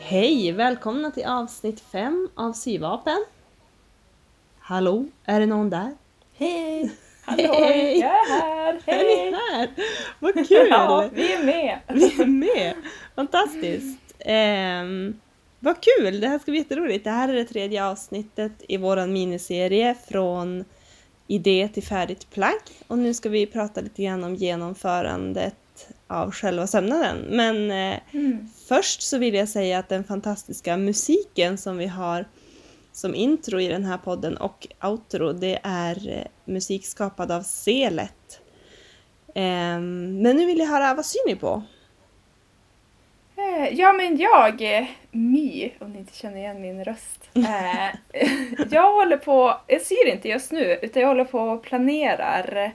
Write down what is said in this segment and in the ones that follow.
Hej, välkomna till avsnitt 5 av Syvapen. Hallå, är det någon där? Hej! Hallå, Hej! jag är här! Är Hej! ni här? Vad kul! Ja, vi är med! Vi är med! Fantastiskt! Vad kul! Det här ska bli jätteroligt. Det här är det 3:e avsnittet i våran miniserie från idé till färdigt plagg. Och nu ska vi prata lite grann om genomförandet av själva sömnaden. Men först så vill jag säga att den fantastiska musiken som vi har som intro i den här podden och outro, det är musik skapad av Selet. Men nu vill jag höra, vad syr ni på? Ja, men jag, om ni inte känner igen min röst. Jag håller på, jag syr inte just nu, utan jag håller på och planerar.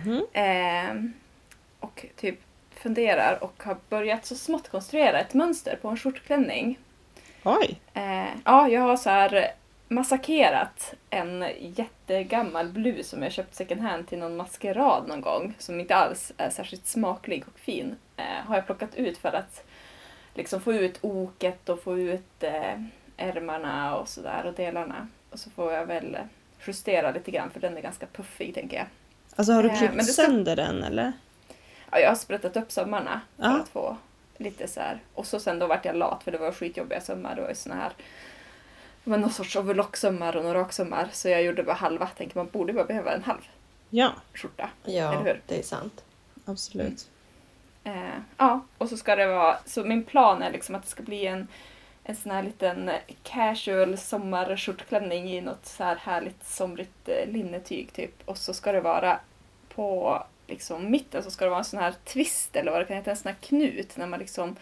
Och typ funderar och har börjat så smått konstruera ett mönster på en skjortklänning. Oj! Ja, jag har så här massakerat en jättegammal blus som jag köpt second hand till någon maskerad någon gång, som inte alls är särskilt smaklig och fin. Har jag plockat ut för att liksom få ut oket och få ut ärmarna och sådär och delarna. Och så får jag väl justera lite grann, för den är ganska puffig, tänker jag. Alltså har du klippt sönder den eller? Ja, jag har sprättat upp sömmarna för att få lite så här. Och så sen då vart jag lat, för det var skitjobbiga sömmar. Det var ju såna här, det var någon sorts overlocksömmar och några raksömmar. Så jag gjorde bara halva. Tänker man borde bara behöva en halv skjorta. Ja, eller hur? det är sant. Absolut. Ja, och så ska det vara, så min plan är liksom att det ska bli en sån här liten casual sommarskjortklänning i något så här härligt somrigt linnetyg typ. Och så ska det vara på liksom mitten, så ska det vara en sån här twist eller vad det kan heta, en sån här knut när man liksom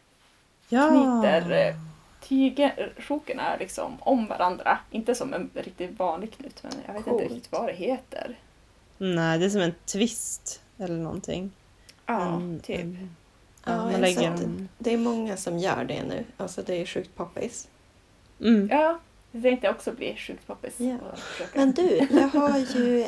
knyter tygsjokerna liksom om varandra. Inte som en riktigt vanlig knut, men jag vet inte riktigt vad det heter. Nej, det är som en twist eller någonting. Ja, typ. Ja, det är många som gör det nu. Alltså det är sjukt poppis. Ja, det tänkte jag också bli sjukt poppis. Ja. Men du, jag har ju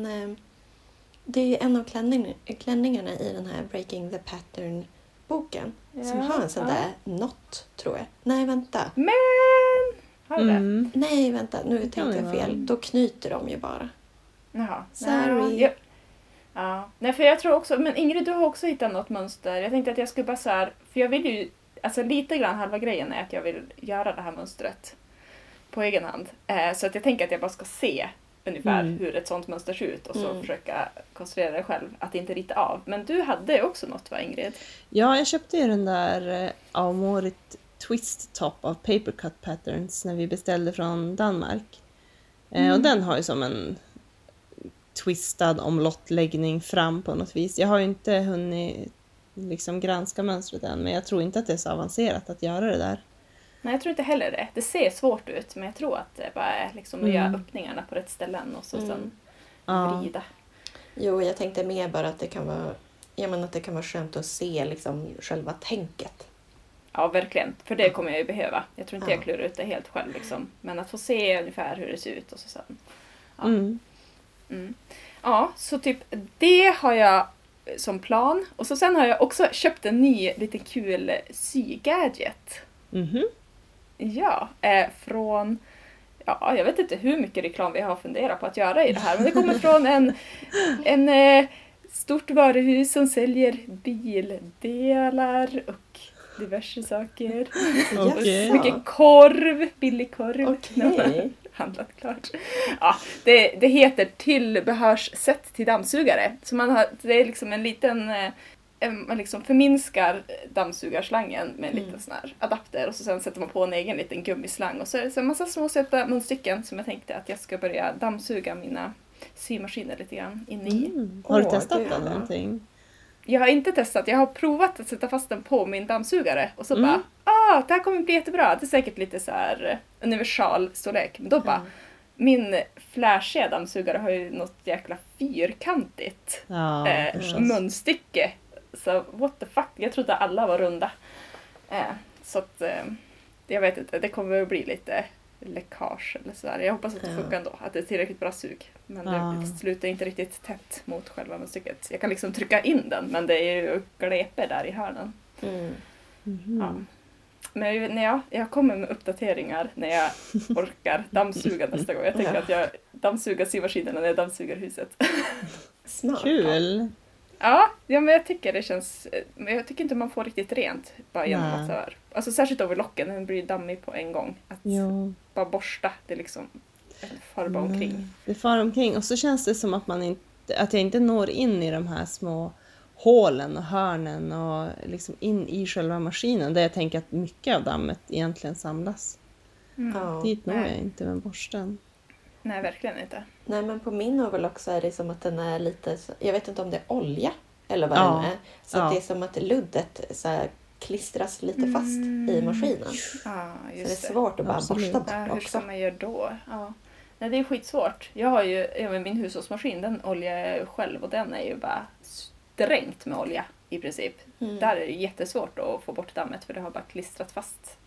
det är en av klänningarna i den här Breaking the Pattern-boken. Som har en sån där knot, tror jag. Nej, vänta. Men! Har du det? Nej, vänta. Nu tänkte jag fel. Då knyter de ju bara. Jaha. Sorry. Ja. Nej, för jag tror också, men Ingrid, du har också hittat något mönster. Jag tänkte att jag skulle bara så här, för jag vill ju, alltså lite grann halva grejen är att jag vill göra det här mönstret på egen hand. Så att jag tänker att jag bara ska se ungefär hur ett sånt mönster ser ut och så försöka konstruera det själv, att inte rita av. Men du hade också något, va, Ingrid? Ja, jag köpte ju den där Aomorit Twist Top av Papercut Patterns när vi beställde från Danmark. Och den har ju som en twistad omlottläggning fram på något vis. Jag har ju inte hunnit liksom granska mönstret än, men jag tror inte att det är så avancerat att göra det där. Nej, jag tror inte heller det. Det ser svårt ut, men jag tror att det bara är liksom att göra öppningarna på rätt ställen och så sen vrida. Jo, jag tänkte mer bara att det kan vara, att det kan vara skönt att se liksom själva tänket. Ja, verkligen. För det kommer jag ju behöva. Jag tror inte jag klurar ut det helt själv liksom. Men att få se ungefär hur det ser ut och så sen. Ja. Ja, så typ det har jag som plan. Och så sen har jag också köpt en ny lite kul sygadget. Ja, från, jag vet inte hur mycket reklam vi har funderat på att göra i det här. Men det kommer från en stort varuhus som säljer bildelar och diverse saker. Okay. Mycket korv, billig korv. Okej. Handlat klart. Ja, det heter tillbehörsset till dammsugare. Så det är liksom en liten, man liksom förminskar dammsugarslangen med en liten sån här adapter och så sen sätter man på en egen liten gummislang och så är det så en massa små söta munstycken som jag tänkte att jag ska börja dammsuga mina symaskiner lite grann in i. Har du testat den någonting? Jag har inte testat, jag har provat att sätta fast den på min dammsugare och så bara, det här kommer bli jättebra. Det är säkert lite så här universal storlek, men då bara, min flashiga dammsugare har ju något jäkla fyrkantigt munstycke. Så what the fuck, jag trodde alla var runda. Så att, jag vet inte, det kommer att bli lite läckage eller sådär. Jag hoppas att det funkar ändå, att det är tillräckligt bra sug. Men det slutar inte riktigt tätt mot själva munstycket. Jag kan liksom trycka in den, men det är ju gleper där i hörnen. Mm. Ja. Men när jag kommer med uppdateringar när jag orkar dammsuga nästa gång. Jag tänker att jag dammsugar symaskinerna när jag dammsuger huset. Smart. Kul! Ja, men jag tycker det känns... Men jag tycker inte man får riktigt rent bara genom att så här. Alltså särskilt över locken, den blir dammig på en gång. Att bara borsta, det liksom far bara omkring. Det far omkring och så känns det som att att jag inte når in i de här små hålen och hörnen och liksom in i själva maskinen där jag tänker att mycket av dammet egentligen samlas. Dit når jag inte med borsten. Nej, verkligen inte. Nej, men på min overlock så är det som att den är lite, jag vet inte om det är olja eller vad den är. Så att det är som att luddet så här klistras lite fast i maskinen. Ja, så det är svårt att bara borsta bort hur också. ska man göra då? Ja. Nej, det är skitsvårt. Jag har ju min hushållsmaskin, den oljar jag själv och den är ju bara dränkt med olja i princip. Där är det jättesvårt att få bort dammet för det har bara klistrat fast.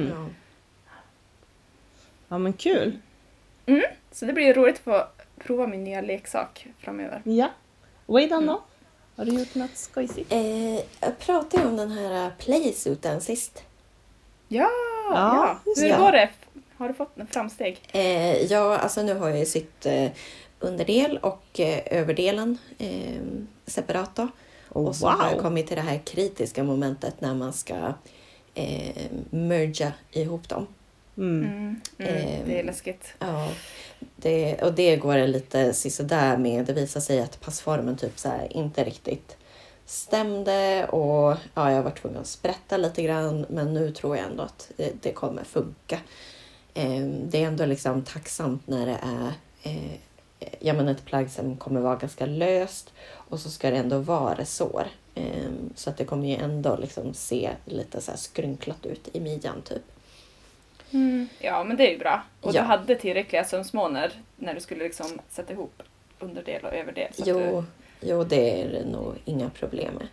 Ja, men kul. Så det blir roligt att få prova min nya leksak framöver. Ja. Waydan då? Har du gjort något skojsigt? Jag pratade om den här playsuiten sist. Ja. Hur var det? Har du fått en framsteg? Alltså nu har jag ju sytt underdel och överdelen separat då. Och så har jag kommit till det här kritiska momentet när man ska merga ihop dem. Det är läskigt. Ja, det går lite sisådär med. Det visar sig att passformen typ så här inte riktigt stämde och jag var tvungen att sprätta lite grann, men nu tror jag ändå att det kommer funka. Det är ändå liksom tacksamt när det är ett plagg som kommer vara ganska löst och så ska det ändå vara resår. Så att det kommer ju ändå liksom se lite så här skrynklat ut i midjan typ. Ja, men det är ju bra. Och du hade tillräckliga sömsmåner när du skulle liksom sätta ihop underdel och överdel. Så jo, det är nog inga problem med.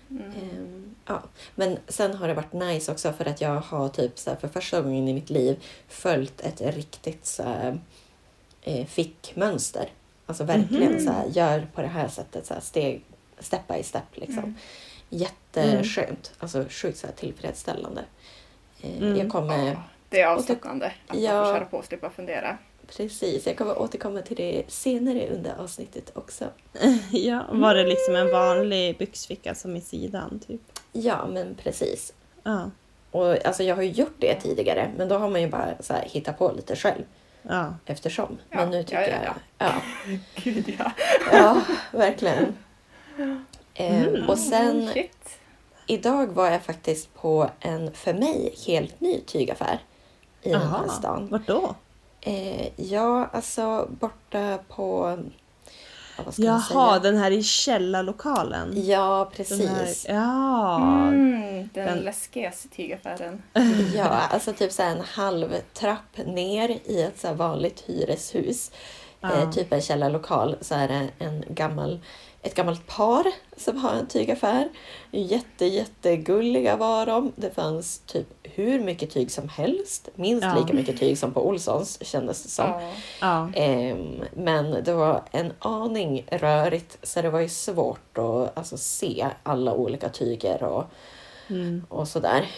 Men sen har det varit nice också för att jag har typ så här, för första gången i mitt liv följt ett riktigt så här, fickmönster. Alltså verkligen så här, gör på det här sättet så här, step by step liksom. Jätteskönt. Alltså sjukt så här tillfredsställande. Jag kommer... Det är avslappnande att man får köra på och slippa fundera. Precis, jag kommer återkomma till det senare under avsnittet också. Var det liksom en vanlig byxficka som i sidan typ? Ja, men precis. Och alltså jag har ju gjort det tidigare, men då har man ju bara så här hittat på lite själv. Eftersom. Men nu tycker jag... Gud, ja, verkligen. Och sen... Idag var jag faktiskt på en för mig helt ny tygaffär i den här stan. Vart då? Alltså borta på... Den här i källarlokalen. Ja, precis. Den läskiga tygaffären. Ja, alltså typ så här en halv trapp ner i ett så här vanligt hyreshus. Typ en källarlokal så är det ett gammalt par som har en tygaffär. Jättegulliga var de. Det fanns typ hur mycket tyg som helst. Minst lika mycket tyg som på Olssons kändes det som. Men det var en aning rörigt så det var ju svårt att alltså, se alla olika tyger och sådär.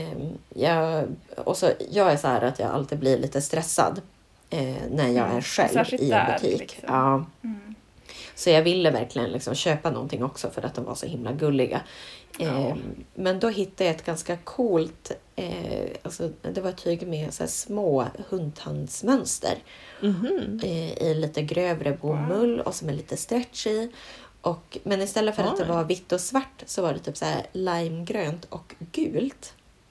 Jag är så här att jag alltid blir lite stressad när jag är själv i en butik. Liksom. Så jag ville verkligen liksom köpa någonting också för att de var så himla gulliga. Men då hittade jag ett ganska coolt, alltså det var ett tyg med så här små hundtandsmönster. I lite grövre bomull och som är lite stretchy. Men istället för att det var vitt och svart så var det typ så här limegrönt och gult.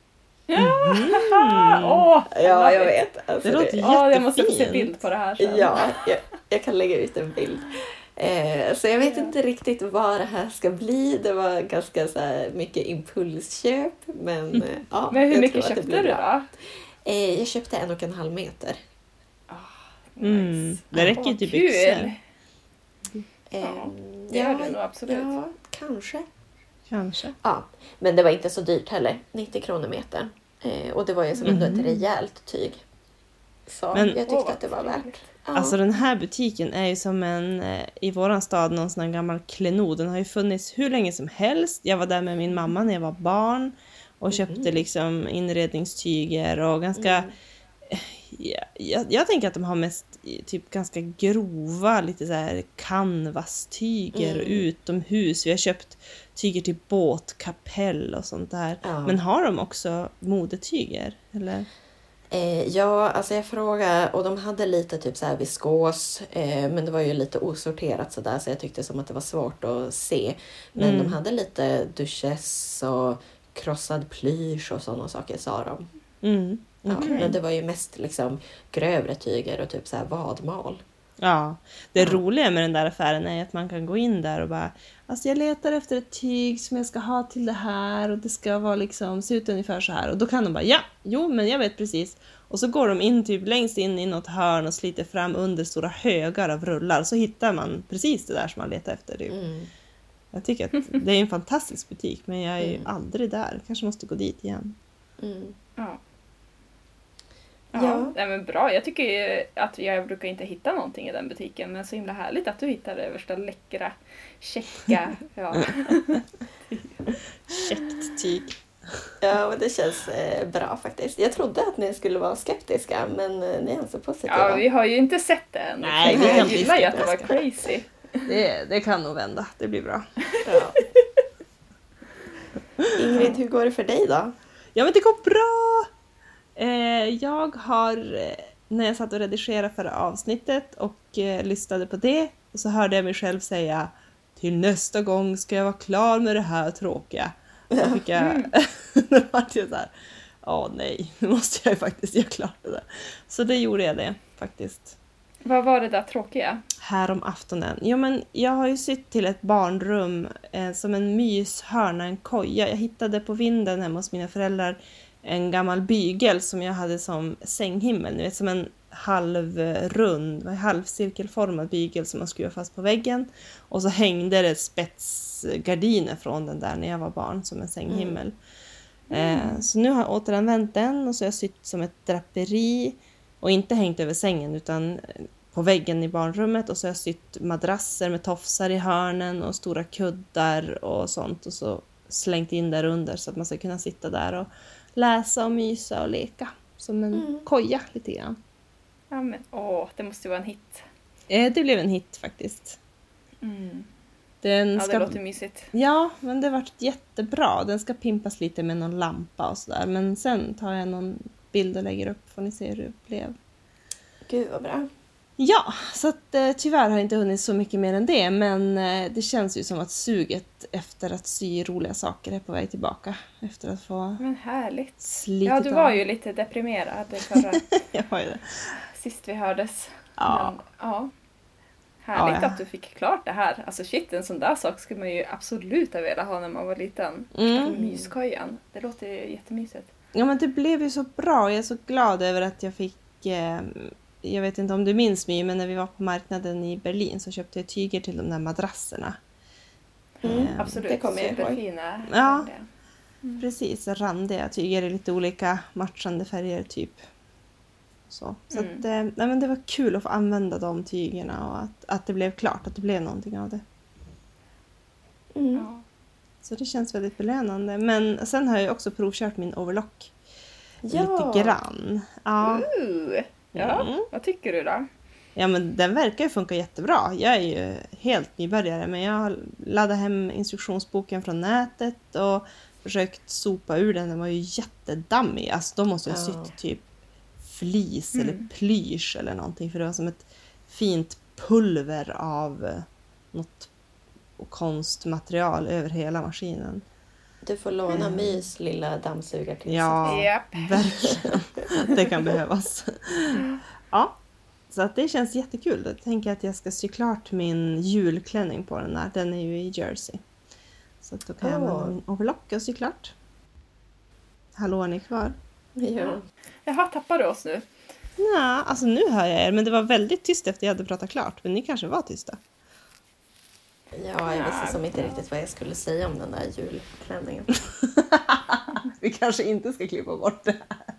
Ja, jag vet. Alltså, det låter jättefint. Jag måste få se bild på det här sen. Ja, jag kan lägga ut en bild. Så jag vet inte riktigt vad det här ska bli. Det var ganska så här mycket impulsköp. Men hur mycket köpte du då? Jag köpte 1,5 meter. Nice. Det räcker till byxor. Det gör det nog absolut. Ja, kanske. Ja, men det var inte så dyrt heller. 90 kronor metern. Och det var ju som ändå ett rejält tyg. Så jag tyckte att det var värt. Alltså den här butiken är ju som i våran stad någon sån här gammal klenod. Den har ju funnits hur länge som helst. Jag var där med min mamma när jag var barn. Och köpte liksom inredningstyger och ganska... Jag tänker att de har mest typ ganska grova, lite så här canvas-tyger utomhus. Vi har köpt tyger till båtkapell och sånt där. Ja. Men har de också modetyger, eller? Ja, alltså jag frågade och de hade lite typ så här viskos, men det var ju lite osorterat så där, så jag tyckte som att det var svårt att se. Men de hade lite duchesse och krossad plysch och sådana saker, sa de. Ja, men det var ju mest liksom grövre tyger och typ så här vadmal. Ja, det roliga med den där affären är att man kan gå in där och bara, alltså jag letar efter ett tyg som jag ska ha till det här och det ska vara liksom, se ut ungefär så här. Och då kan de bara, men jag vet precis. Och så går de in typ längst in i något hörn och sliter fram under stora högar av rullar. Så hittar man precis det där som man letar efter. Typ. Jag tycker att det är en fantastisk butik, men jag är ju aldrig där. Kanske måste gå dit igen. Ja, men bra. Jag tycker ju att jag brukar inte hitta någonting i den butiken, men så himla härligt att du hittar det värsta läckra, käcka, käckt tyg. Ja, men det känns bra faktiskt. Jag trodde att ni skulle vara skeptiska, men ni är så positiva. Ja, vi har ju inte sett det än. Nej, jag gillar ju att det var crazy. Det kan nog vända. Det blir bra. Ja. Ingrid, hur går det för dig då? Ja, men det går bra. Jag har, när jag satt och redigerade förra avsnittet och lyssnade på det, och så hörde jag mig själv säga, till nästa gång ska jag vara klar med det här tråkiga. Då fick jag, då var det så här, nej, nu måste jag ju faktiskt göra klart det där. Så det gjorde jag det faktiskt. Vad var det där tråkiga? Här om aftonen. Jo, men jag har ju sytt till ett barnrum som en myshörna, en koja. Jag hittade på vinden hemma hos mina föräldrar en bygel som jag hade som sänghimmel. Ni vet, som en halvcirkelformad bygel som man skruvar fast på väggen. Och så hängde det spetsgardiner från den där när jag var barn som en sänghimmel. Så nu har jag återanvänt den och så har jag sytt som ett draperi. Och inte hängt över sängen utan på väggen i barnrummet. Och så har jag sytt madrasser med tofsar i hörnen och stora kuddar och sånt. Och så slängt in där under så att man ska kunna sitta där och läsa och mysa och leka. Som en koja lite grann. Ja, men det måste ju vara en hit. Det blev en hit faktiskt. Det låter mysigt. Ja, men det har varit jättebra. Den ska pimpas lite med någon lampa och sådär. Men sen tar jag någon bild och lägger upp, får ni se hur det blev. Gud vad bra. Ja, så att tyvärr har jag inte hunnit så mycket mer än det. Men det känns ju som att suget efter att sy roliga saker är på väg tillbaka. Efter att få... Men härligt. Ja, du var ju lite deprimerad förra... Jag var ju det. Sist vi hördes. Ja. Men, härligt att du fick klart det här. Alltså shit, en sån där sak skulle man ju absolut ha velat ha när man var liten. Myskojan. Det låter ju jättemysigt. Ja, men det blev ju så bra. Jag är så glad över att jag fick... jag vet inte om du minns mig, men när vi var på marknaden i Berlin så köpte jag tyger till de där madrasserna. Absolut, det kommer jag ihåg. superfina. Ja, precis. Randiga tyger i lite olika matchande färger typ. Så att, nej, men det var kul att få använda de tygerna och att det blev klart, att det blev någonting av det. Ja. Så det känns väldigt belönande. Men sen har jag också provkört min overlock lite grann. Ja. Vad tycker du då? Ja, men den verkar ju funka jättebra. Jag är ju helt nybörjare, men jag har laddat hem instruktionsboken från nätet och försökt sopa ur den. Den var ju jättedammig. Alltså då måste jag sytt typ flis eller plysch eller någonting, för det var som ett fint pulver av något konstmaterial över hela maskinen. Du får låna Mys lilla dammsugare till. Ja, verkligen. Det kan behövas. Ja, så att det känns jättekul. Jag tänker att jag ska sy klart min julklänning på den där. Den är ju i Jersey. Så att då kan jag använda min overlock och sy klart. Hallå, är ni kvar? Ja. Jaha, tappar du oss nu? Ja, alltså nu hör jag er. Men det var väldigt tyst efter jag hade pratat klart. Men ni kanske var tysta. Ja, jag visste som inte riktigt vad jag skulle säga om den där julklänningen. Vi kanske inte ska klippa bort det här.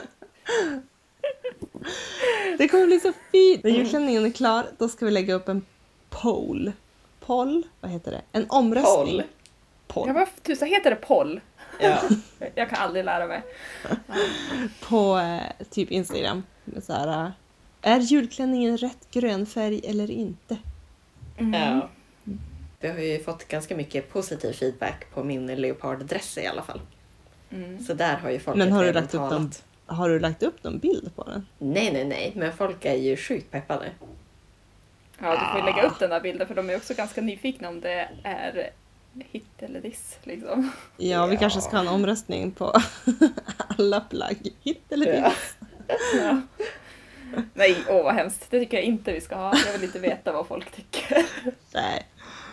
Det kommer bli så fint. När julklänningen är klar, då ska vi lägga upp en poll. Vad heter det? En omröstning. Poll. Ja, vad tusan heter det poll? Ja. Jag kan aldrig lära mig. På typ Instagram. Så här, är julklänningen rätt grön färg eller inte? Ja. Vi har ju fått ganska mycket positiv feedback på min leoparddress i alla fall. Så där har ju folk Men har du lagt upp någon bild på den? Nej. Men folk är ju sjukt peppade. Ja, du får ju lägga upp den där bilden för de är också ganska nyfikna om det är hit eller diss liksom. Ja, vi kanske ska ha en omröstning på alla plagg. Hit eller diss. Ja. Nej, vad hemskt. Det tycker jag inte vi ska ha. Jag vill inte veta vad folk tycker. Nej.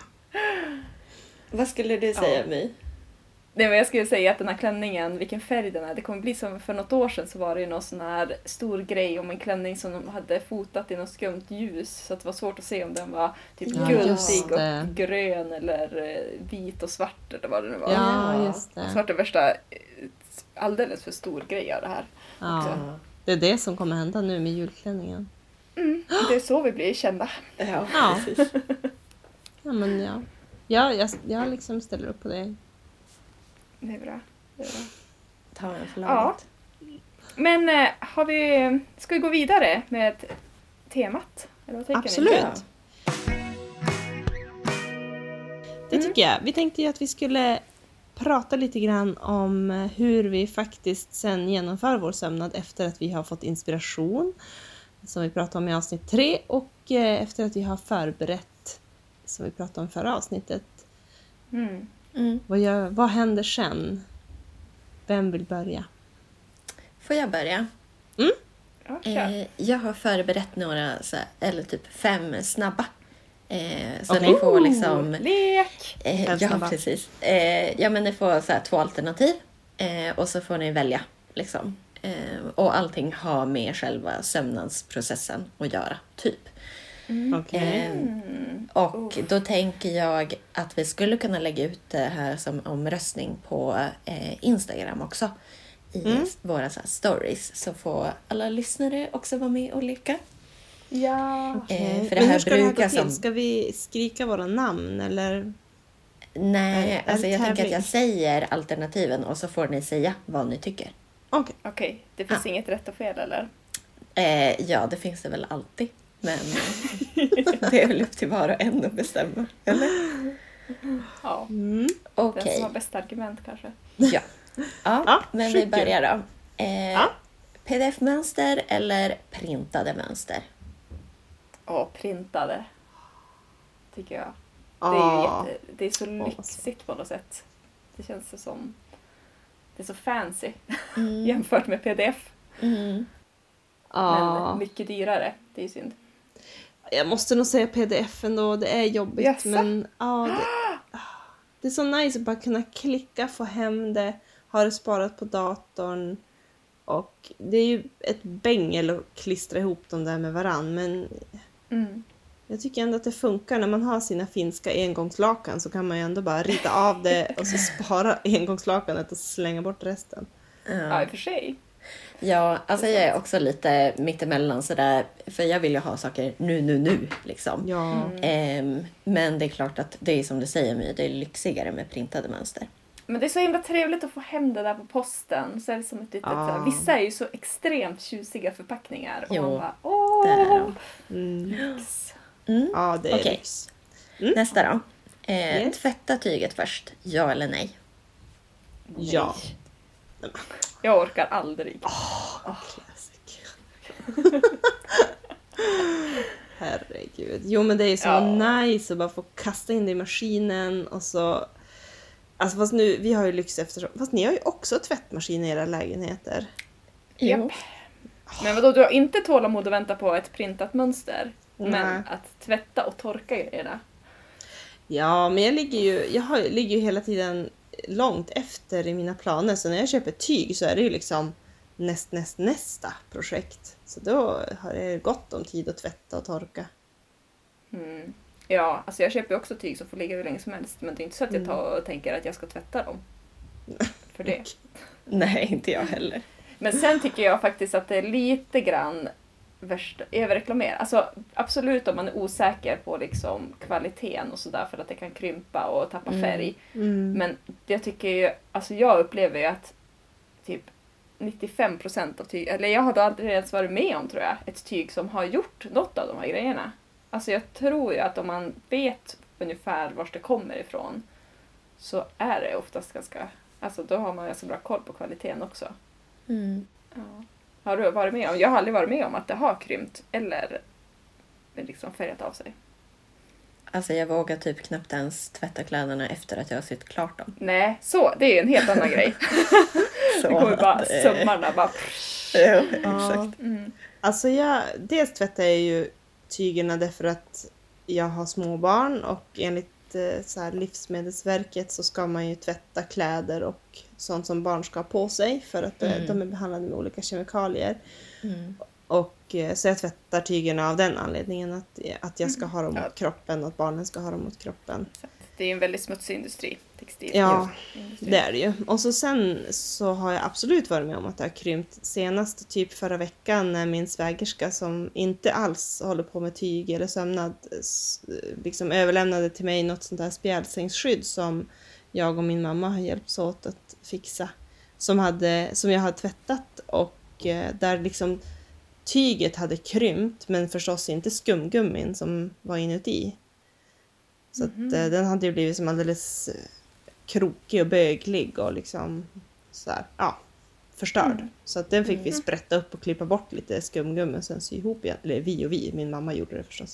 Vad skulle du säga, My? Nej, men jag skulle säga att den här klänningen, vilken färg den är, det kommer bli som för något år sedan så var det ju någon sån här stor grej om en klänning som de hade fotat i något skumt ljus så att det var svårt att se om den var typ guldig och grön eller vit och svart eller vad det nu var. Ja, just det. Så var det värsta alldeles för stor grej av det här. Ja. Också. Det är det som kommer hända nu med julklänningen. Det är så vi blir kända. Ja, precis. Ja, men ja. Jag liksom ställer upp på det. Det är bra. Ta en för laget. Men ska vi gå vidare med temat? Eller vad tänker Absolut. ni? Ja. Det tycker jag. Vi tänkte ju att vi skulle prata lite grann om hur vi faktiskt sen genomför vår sömnad efter att vi har fått inspiration. Som vi pratade om i avsnitt 3 och efter att vi har förberett som vi pratade om förra avsnittet. Vad händer sen? Vem vill börja? Får jag börja? Ja, kör. Jag har förberett några, eller typ 5 snabba. Så ni får liksom... Lek! Ja, precis. Ja, men ni får så här 2 alternativ. Och så får ni välja. Liksom. Och allting har med själva sömnadsprocessen att göra, typ. Och då tänker jag att vi skulle kunna lägga ut det här som omröstning på Instagram också. I våra så här stories. Så får alla lyssnare också vara med och leka. Ja. För Men hur ska det här gå till? Ska vi skrika våra namn eller? Nej, alltså jag tänker att tävling? jag säger alternativen och så får ni säga vad ni tycker. Okej, det finns inget rätt och fel eller? Ja, det finns det väl alltid. Men det är väl upp till var och en att bestämma, eller? Ja. Okej. Den som har bästa argument kanske. Ja, men vi skickar. börjar då. PDF-mönster eller printade mönster? Printade. Tycker jag. Det är så lyxigt på något sätt. Det känns som... Det är så fancy jämfört med PDF. Men mycket dyrare. Det är synd. Jag måste nog säga PDF ändå. Det är jobbigt. Jaså? Men det är så nice att bara kunna klicka, få hem det. Ha det sparat på datorn. Och det är ju ett bängel att klistra ihop dem där med varann. Men jag tycker ändå att det funkar. När man har sina finska engångslakan så kan man ju ändå bara rita av det och så spara engångslakanet och slänga bort resten. Ja, i och för sig. Ja, alltså jag är också lite mittemellan sådär. För jag vill ju ha saker nu liksom. Ja. Men det är klart att det är som du säger, My, det är lyxigare med printade mönster. Men det är så himla trevligt att få hem det där på posten. Så är det som ett litet, såhär, vissa är ju så extremt tjusiga förpackningar. Och man bara, det är de. lyx. Ja, det är Okej. lyx. Nästa då. Yes. Tvätta tyget först. Ja eller nej? Ja. Jag orkar aldrig. Classic. Herregud. Jo, men det är ju så nice att bara få kasta in det i maskinen och så... Alltså fast nu, vi har ju lyx eftersom... Fast ni har ju också tvättmaskin i era lägenheter. Japp. Men vadå, du har inte tålamod att vänta på ett printat mönster. Nej. Men att tvätta och torka grejerna. Ja, men jag ligger ju hela tiden långt efter i mina planer. Så när jag köper tyg så är det ju liksom nästa projekt. Så då har jag gott om tid att tvätta och torka. Ja, alltså jag köper ju också tyg som får ligga hur länge som helst. Men det är inte så att jag tar och tänker att jag ska tvätta dem. För det. Nej, inte jag heller. Men sen tycker jag faktiskt att det är lite grann värsta överreklamera. Alltså absolut om man är osäker på liksom kvaliteten och sådär för att det kan krympa och tappa färg. Men jag tycker ju, alltså jag upplever ju att typ 95% av tyg, eller jag har aldrig ens varit med om tror jag, ett tyg som har gjort något av de här grejerna. Alltså jag tror ju att om man vet ungefär var det kommer ifrån så är det oftast ganska, alltså då har man ganska bra koll på kvaliteten också. Ja. Har du varit med om? Jag har aldrig varit med om att det har krympt eller liksom färgat av sig. Alltså jag vågar typ knappt ens tvätta kläderna efter att jag har sytt klart dem. Nej, så det är en helt annan grej. Så det kommer bara sömmarna bara... Ja, exakt. Alltså dels tvättar jag ju tygerna därför att jag har småbarn och enligt så här Livsmedelsverket så ska man ju tvätta kläder och sånt som barn ska ha på sig för att de är behandlade med olika kemikalier. Och så jag tvättar tygerna av den anledningen att jag ska ha dem mot kroppen och att barnen ska ha dem mot kroppen. Det är en väldigt smutsig industri, textil. Ja, det är det ju. Och sen så har jag absolut varit med om att det har krympt. Senast typ förra veckan när min svägerska som inte alls håller på med tyg eller sömnad liksom överlämnade till mig något sånt där spjälsängsskydd som jag och min mamma har hjälpts åt att fixa. Som jag hade tvättat och där liksom tyget hade krympt men förstås inte skumgummin som var inuti. Så att den hade ju blivit som alldeles krokig och böglig och liksom så här, ja, förstörd. Så att den fick vi sprätta upp och klippa bort lite skumgummi och sen sy ihop igen. Eller vi, min mamma gjorde det förstås.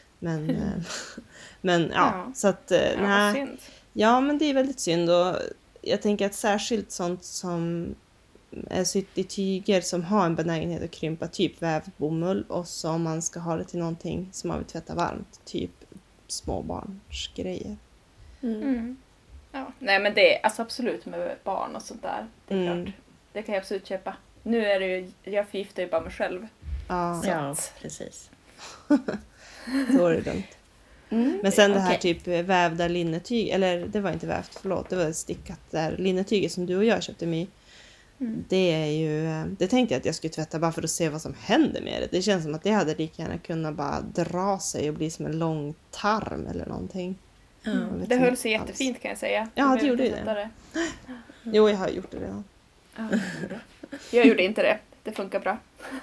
Men ja, så att nej. Ja, men det är väldigt synd och jag tänker att särskilt sånt som är sytt i tyger som har en benägenhet att krympa, typ vävbomull och så om man ska ha det till någonting som man vill tvätta varmt, typ småbarnsgrejer. Ja, nej men det är alltså absolut med barn och sånt där. Det är klart. Det kan jag absolut köpa. Nu är det ju, jag förgiftar ju bara mig själv. Ja, precis. Så är det dumt. Men sen det här typ vävda linnetyg, eller det var inte vävt, förlåt, det var stickat där linnetyget som du och jag köpte mig. Det är ju, det tänkte jag att jag skulle tvätta bara för att se vad som händer med det. Det känns som att det hade lika gärna kunnat bara dra sig och bli som en lång tarm eller någonting. Det höll sig jättefint kan jag säga. Ja, det gjorde det. Jo, jag har gjort det redan. Jag gjorde inte det. Det funkar bra.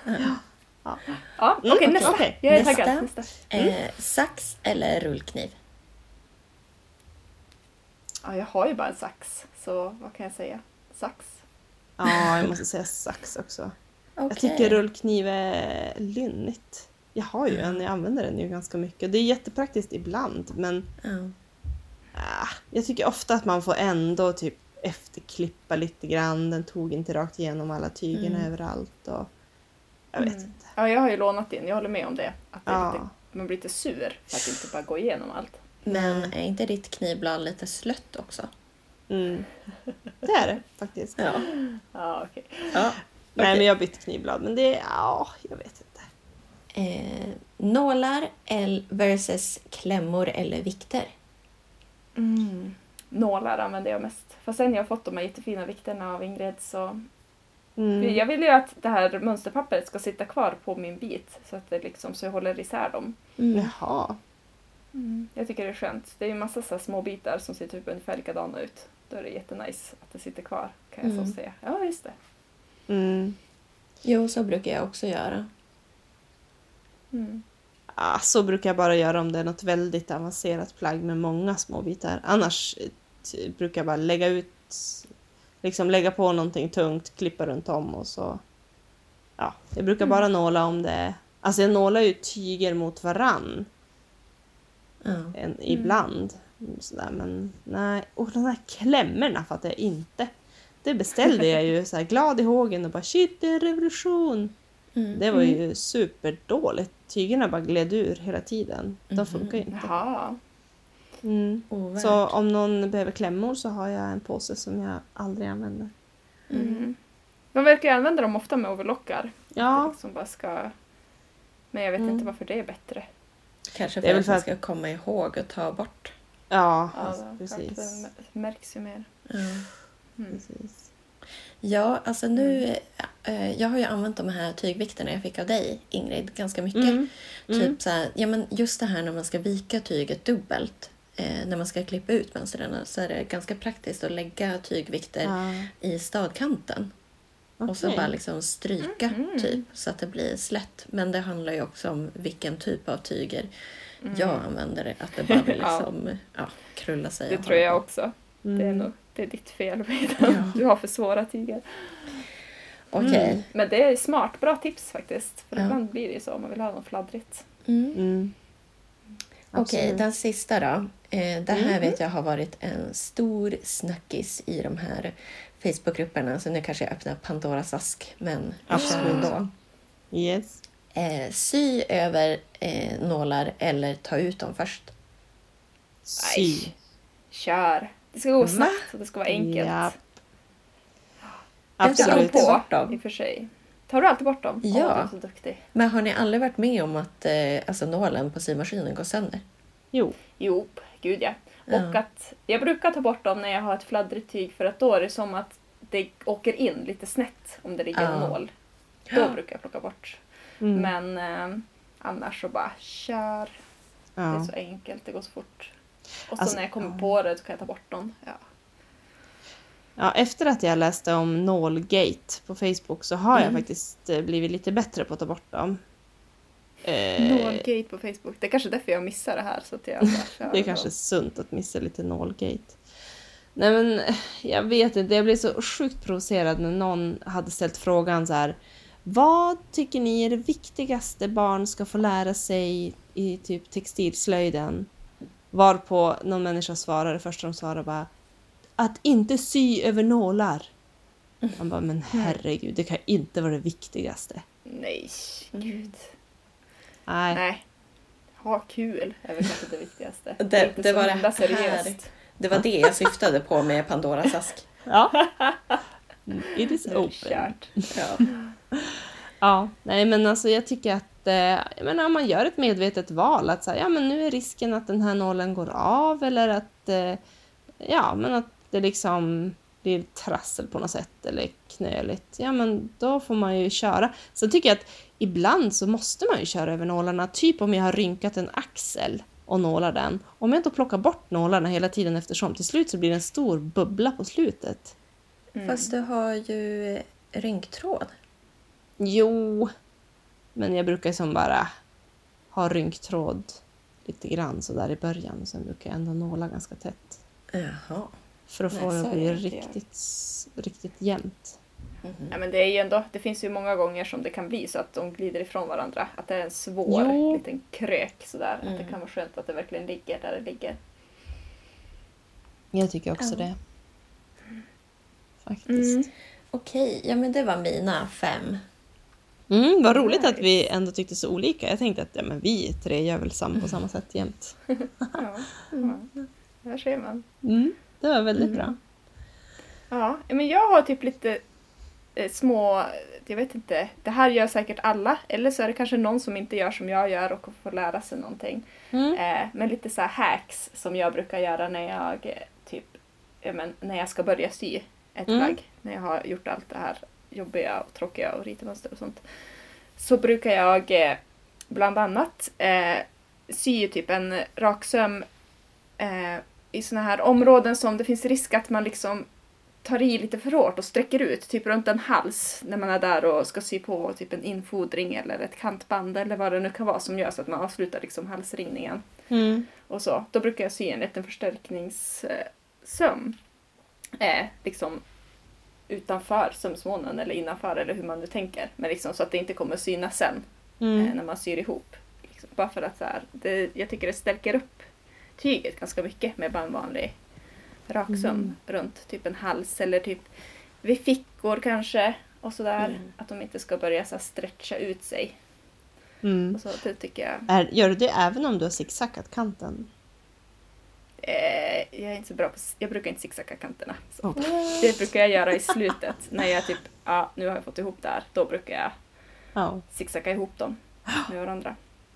Ja, okej, nästa. Jag är taggad. Nästa. Sax eller rullkniv? Ja, jag har ju bara en sax. Så vad kan jag säga? Sax. Ja, jag måste säga sax också. Jag tycker rullkniv är lynnigt. Jag har ju en, jag använder den ju ganska mycket. Det är jättepraktiskt ibland, men jag tycker ofta att man får ändå typ efterklippa lite grann. Den tog inte rakt igenom alla tygerna överallt och jag vet inte. Ja, jag har ju lånat in. Jag håller med om det. Att det är lite, man blir lite sur för att inte bara gå igenom allt. Men är inte ditt knivblad lite slött också? Det är det faktiskt. Ja, okej. Nej, men jag har bytt knivblad. Men det är, jag vet inte. Nålar versus klämmor eller vikter? Nålar använder jag mest. Fast sen jag har fått de här jättefina vikterna av Ingrid så... Jag vill ju att det här mönsterpappret ska sitta kvar på min bit. Så att det liksom, så jag håller isär dem. Jaha. Jag tycker det är skönt. Det är ju en massa så här små bitar som ser typ ungefär likadana ut. Då är det jättenice att det sitter kvar. Kan jag så säga. Ja, just det. Jo, så brukar jag också göra. Så brukar jag bara göra om det är något väldigt avancerat plagg med många små bitar. Annars brukar jag bara lägga på någonting tungt, klippa runt om och så. Ja, jag brukar bara nåla om det. Alltså jag nålar ju tyger mot varann. Ibland. Sådär, men nej. Och de här klämmorna fattar jag inte. Det beställde jag ju så här glad i hågen och bara shit, det är en revolution. Det var ju superdåligt. Tygerna bara gled ur hela tiden. De funkar ju inte. Jaha. Så om någon behöver klämmor så har jag en påse som jag aldrig använder. De verkar använda dem ofta med overlockar. Ja. Liksom bara ska... Men jag vet inte varför det är bättre. Kanske för att man ska komma ihåg och ta bort. Ja, precis. Det märks ju mer. Precis. Ja, alltså nu... jag har ju använt de här tygvikterna jag fick av dig, Ingrid, ganska mycket. Typ så här, ja, men just det här när man ska vika tyget dubbelt. När man ska klippa ut mönstren så är det ganska praktiskt att lägga tygvikter i stadkanten. Och så bara liksom stryka typ så att det blir slätt. Men det handlar ju också om vilken typ av tyger jag använder. Att det bara blir liksom krulla sig. Det tror jag också. Det är ditt fel. Ja. Du har för svåra tyger. Okej. Men det är smart. Bra tips faktiskt. För ibland blir det ju så om man vill ha något fladdrigt. Okej, den sista då. Det här vet jag har varit en stor snackis i de här Facebookgrupperna. Så nu kanske jag öppnar Pandoras ask. Men jag kör ändå. Yes. Sy över nålar eller ta ut dem först. Sy. Nej. Kör. Det ska gå snabbt så det ska vara enkelt. Ja. Absolut. På, bort dem. I och för sig. Tar du alltid bort dem? Ja. Du är så duktig. Men har ni aldrig varit med om att alltså nålen på symaskinen går sönder? Jo, gud ja. Och att jag brukar ta bort dem när jag har ett fladdrigt tyg för att då är det som att det åker in lite snett om det ligger en nål. Då brukar jag plocka bort. Men annars så bara kör. Det är så enkelt, det går så fort. Och så när jag kommer på det så kan jag ta bort dem. Ja, efter att jag läste om nålgate på Facebook så har jag faktiskt blivit lite bättre på att ta bort dem. Nålgate på Facebook. Det är kanske därför jag missar det här. Så att jag bara det är kanske sunt att missa lite nålgate. Nej men, jag vet inte. Jag blev så sjukt provocerad när någon hade ställt frågan så här. Vad tycker ni är det viktigaste barn ska få lära sig i typ textilslöjden? Varpå någon människa svarade, först de svarade bara att inte sy över nålar. Man bara, men herregud, det kan inte vara det viktigaste. Nej, gud. Nej. Ha kul är väl kanske det viktigaste. Det var det här. Seriöst. Det var det jag syftade på med Pandoras ask. Ja. It is open. Ja, nej men alltså jag tycker att jag menar, om man gör ett medvetet val att säga, ja men nu är risken att den här nålen går av eller att men att det liksom blir trassel på något sätt eller knöligt. Ja men då får man ju köra. Så tycker jag att ibland så måste man ju köra över nålarna. Typ om jag har rynkat en axel och nålar den. Om jag inte plockar bort nålarna hela tiden eftersom till slut så blir det en stor bubbla på slutet. Fast du har ju rynktråd. Jo, men jag brukar som bara ha rynktråd lite grann så där i början. Och sen brukar jag ändå nåla ganska tätt. Jaha. För att få det att bli riktigt jämnt. Ja, men det är ju ändå, det finns ju många gånger som det kan bli så att de glider ifrån varandra. Att det är en svår liten krök sådär. Att det kan vara skönt att det verkligen ligger där det ligger. Jag tycker också det. Faktiskt. Okej, ja men det var mina 5. Vad roligt att vi ändå tyckte så olika. Jag tänkte att men vi 3 gör väl på samma sätt jämt. Där ser man. Det var väldigt bra. Ja, men jag har typ lite små, jag vet inte, det här gör säkert alla. Eller så är det kanske någon som inte gör som jag gör och får lära sig någonting. Men lite så här hacks som jag brukar göra när jag när jag ska börja sy ett plagg. När jag har gjort allt det här jobbiga och tråkiga och ritmönster och sånt. Så brukar jag bland annat sy typ en raksöm i såna här områden som det finns risk att man liksom tar i lite för hårt och sträcker ut typ runt en hals när man är där och ska sy på typ en infodring eller ett kantband eller vad det nu kan vara som gör så att man avslutar liksom halsringningen. Och så. Då brukar jag sy en liten förstärkningssöm liksom utanför sömsmånen eller innanför eller hur man nu tänker. Men liksom så att det inte kommer synas sen när man syr ihop. Liksom. Bara för att så här, jag tycker det stärker upp tyget ganska mycket med bara en vanlig raksöm runt typ en hals eller typ vid fickor kanske och sådär. Att de inte ska börja så här stretcha ut sig. Och så, det tycker jag. Gör du det även om du har zigzackat kanten? Jag är inte så bra på, jag brukar inte zigzacka kanterna. Så. Det brukar jag göra i slutet. När jag typ, nu har jag fått ihop det här. Då brukar jag zigzacka ihop dem med varandra.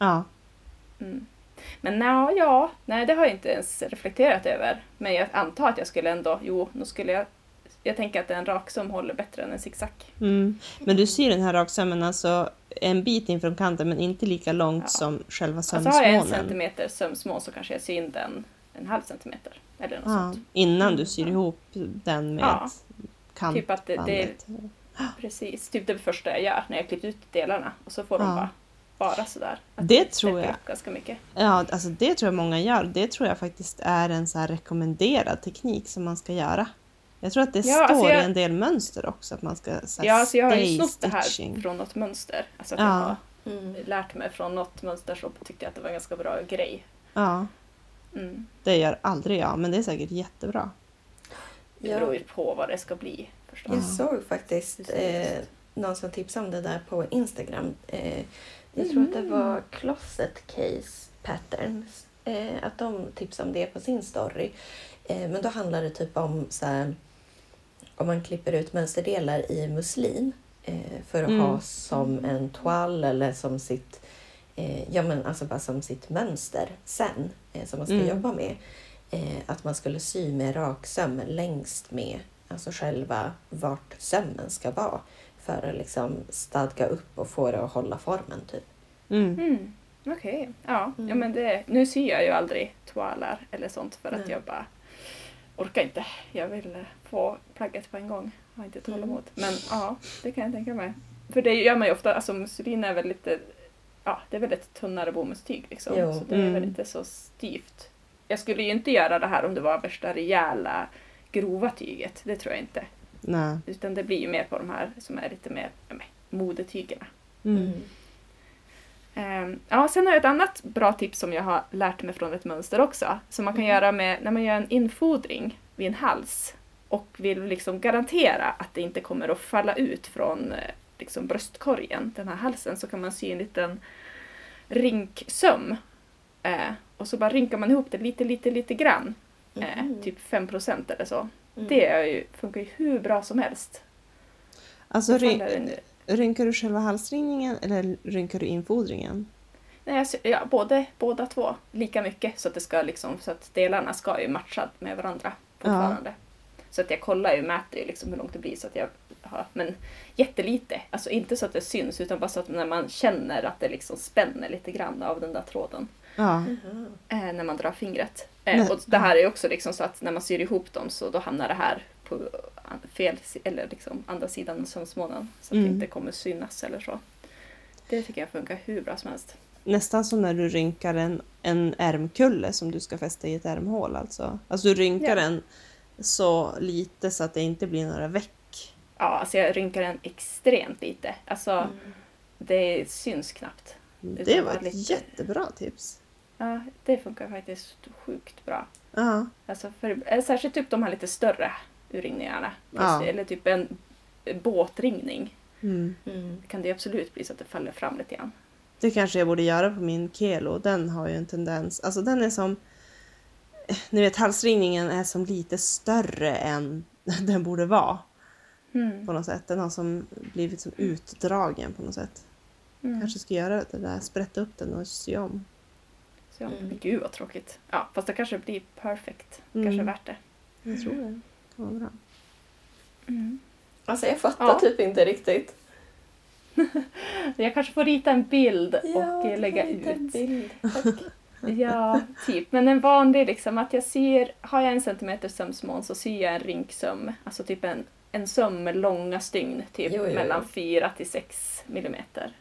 Men nej, det har jag inte ens reflekterat över. Men jag antar att jag skulle ändå, nu skulle jag jag tänker att en raksöm håller bättre än en zigzag. Men du syr den här raksömmen alltså en bit in från kanten men inte lika långt som själva sömsmånen. Alltså har jag 1 centimeter sömsmån så kanske jag syr in den 1/2 centimeter. Eller något sånt. Innan du syr ihop den med kantbandet. Typ att det precis. Typ det första jag gör när jag klippt ut delarna. Och så får de bara sådär. Det tror jag. Ganska mycket. Ja, alltså det tror jag många gör. Det tror jag faktiskt är en så här rekommenderad teknik som man ska göra. Jag tror att det står i en del mönster också att man ska så här, alltså jag har ju snott det här från något mönster. Alltså att jag har lärt mig från något mönster så tyckte jag att det var en ganska bra grej. Ja. Det gör aldrig jag, men det är säkert jättebra. Det beror ju på vad det ska bli förstås. Jag såg faktiskt någon som tipsade om det där på Instagram. Jag tror att det var Closet Case Patterns. Att de tipsade om det på sin story. Men då handlar det typ om så här, om man klipper ut mönsterdelar i muslin för att ha som en toal eller som sitt alltså bara som sitt mönster sen som man ska jobba med. Att man skulle sy med raksöm längst med alltså själva vart sömmen ska vara för att liksom stadga upp och få det att hålla formen typ. Okej. Ja, men nu syr jag ju aldrig toaler eller sånt för att jag bara orkar inte. Jag vill få plagget på en gång. Jag har inte tålamod. Men ja, det kan jag tänka mig. För det gör man ju ofta, alltså muslin är väl lite, det är väl ett tunnare bomullstyg liksom. Jo. Så det är väl inte så styvt. Jag skulle ju inte göra det här om det var värsta rejäla grova tyget. Det tror jag inte. Nej. Utan det blir ju mer på de här som är lite mer modetygerna. Sen har jag ett annat bra tips som jag har lärt mig från ett mönster också. Som man kan göra med när man gör en infodring vid en hals. Och vill liksom garantera att det inte kommer att falla ut från liksom bröstkorgen, den här halsen. Så kan man sy en liten rinksöm. Och så bara rinkar man ihop det lite grann. Typ 5% eller så. Det funkar ju hur bra som helst. Alltså rynkar du själva halsringningen eller rynkar du infodringen? Nej, båda två. Lika mycket så att det ska liksom, så att delarna ska ju matcha med varandra fortfarande. Så att jag kollar ju, mäter ju liksom hur långt det blir så att jag har, men jättelite. Alltså inte så att det syns utan bara så att när man känner att det liksom spänner lite grann av den där tråden. När man drar fingret. Och det här är ju också liksom så att när man syr ihop dem så då hamnar det här på fel eller liksom andra sidan sömsmånen så att det inte kommer synas eller så. Det tycker jag funkar hur bra som helst. Nästan som när du rynkar en ärmkulle som du ska fästa i ett ärmhål alltså. Alltså du rynkar den så lite så att det inte blir några veck. Ja, alltså jag rynkar den extremt lite. Alltså det syns knappt. Det var ett jättebra tips. Ja, det funkar faktiskt sjukt bra. Ja. Alltså särskilt typ de här lite större urringningarna. Eller typ en båtringning. Kan det absolut bli så att det faller fram lite grann. Det kanske jag borde göra på min kelo. Den har ju en tendens. Alltså den är som, ni vet halsringningen är som lite större än den borde vara. På något sätt. Den har som blivit som utdragen på något sätt. Kanske ska göra det där, sprätta upp den och sy om. Så gud vad tråkigt. Ja, fast det kanske blir perfekt. Kanske värt det. Jag tror det. Det var bra. Alltså jag fattar typ inte riktigt. Jag kanske får rita en bild och lägga ut. En bild. Ja, typ. Men en vanlig liksom att jag syr, har jag 1 centimeter sömsmån så syr jag en rinksöm. Alltså typ en söm med långa stygn. Typ mellan 4 till 6 millimeter.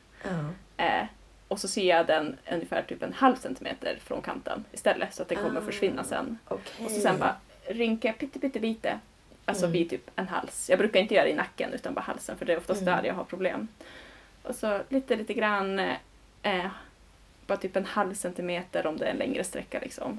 Och så syr jag den ungefär typ 1/2 centimeter från kanten istället. Så att det kommer försvinna sen. Okay. Och så sen bara rynkar jag pyttelite. Alltså vid typ en hals. Jag brukar inte göra det i nacken utan bara halsen. För det är oftast där jag har problem. Och så lite grann. Bara typ 1/2 centimeter om det är en längre sträcka liksom.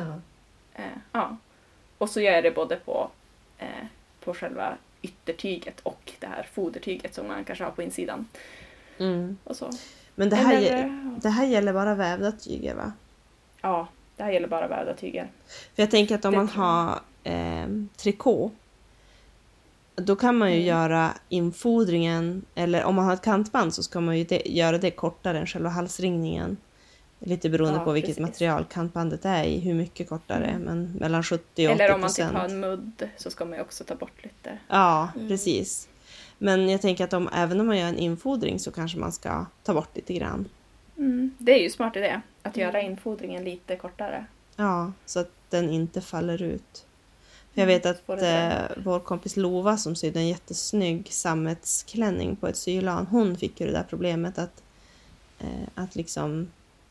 Och så gör jag det både på själva yttertyget och det här fodertyget som man kanske har på insidan. Och så. Men det här gäller bara vävda tyger va? Ja, det här gäller bara vävda tyger. För jag tänker att om man har trikå då kan man ju göra infodringen eller om man har ett kantband så ska man ju göra det kortare än själva halsringningen. Lite beroende på vilket precis. material kantbandet är i, hur mycket kortare, men mellan 70 och 80%. Eller om man typ har en mudd så ska man ju också ta bort lite. Ja, precis. Men jag tänker att även om man gör en infodring så kanske man ska ta bort lite grann. Det är ju smart idé, att göra infodringen lite kortare. Ja, så att den inte faller ut. För jag vet att vår kompis Lova som sydde en jättesnygg sammetsklänning på ett sylan, hon fick ju det där problemet att liksom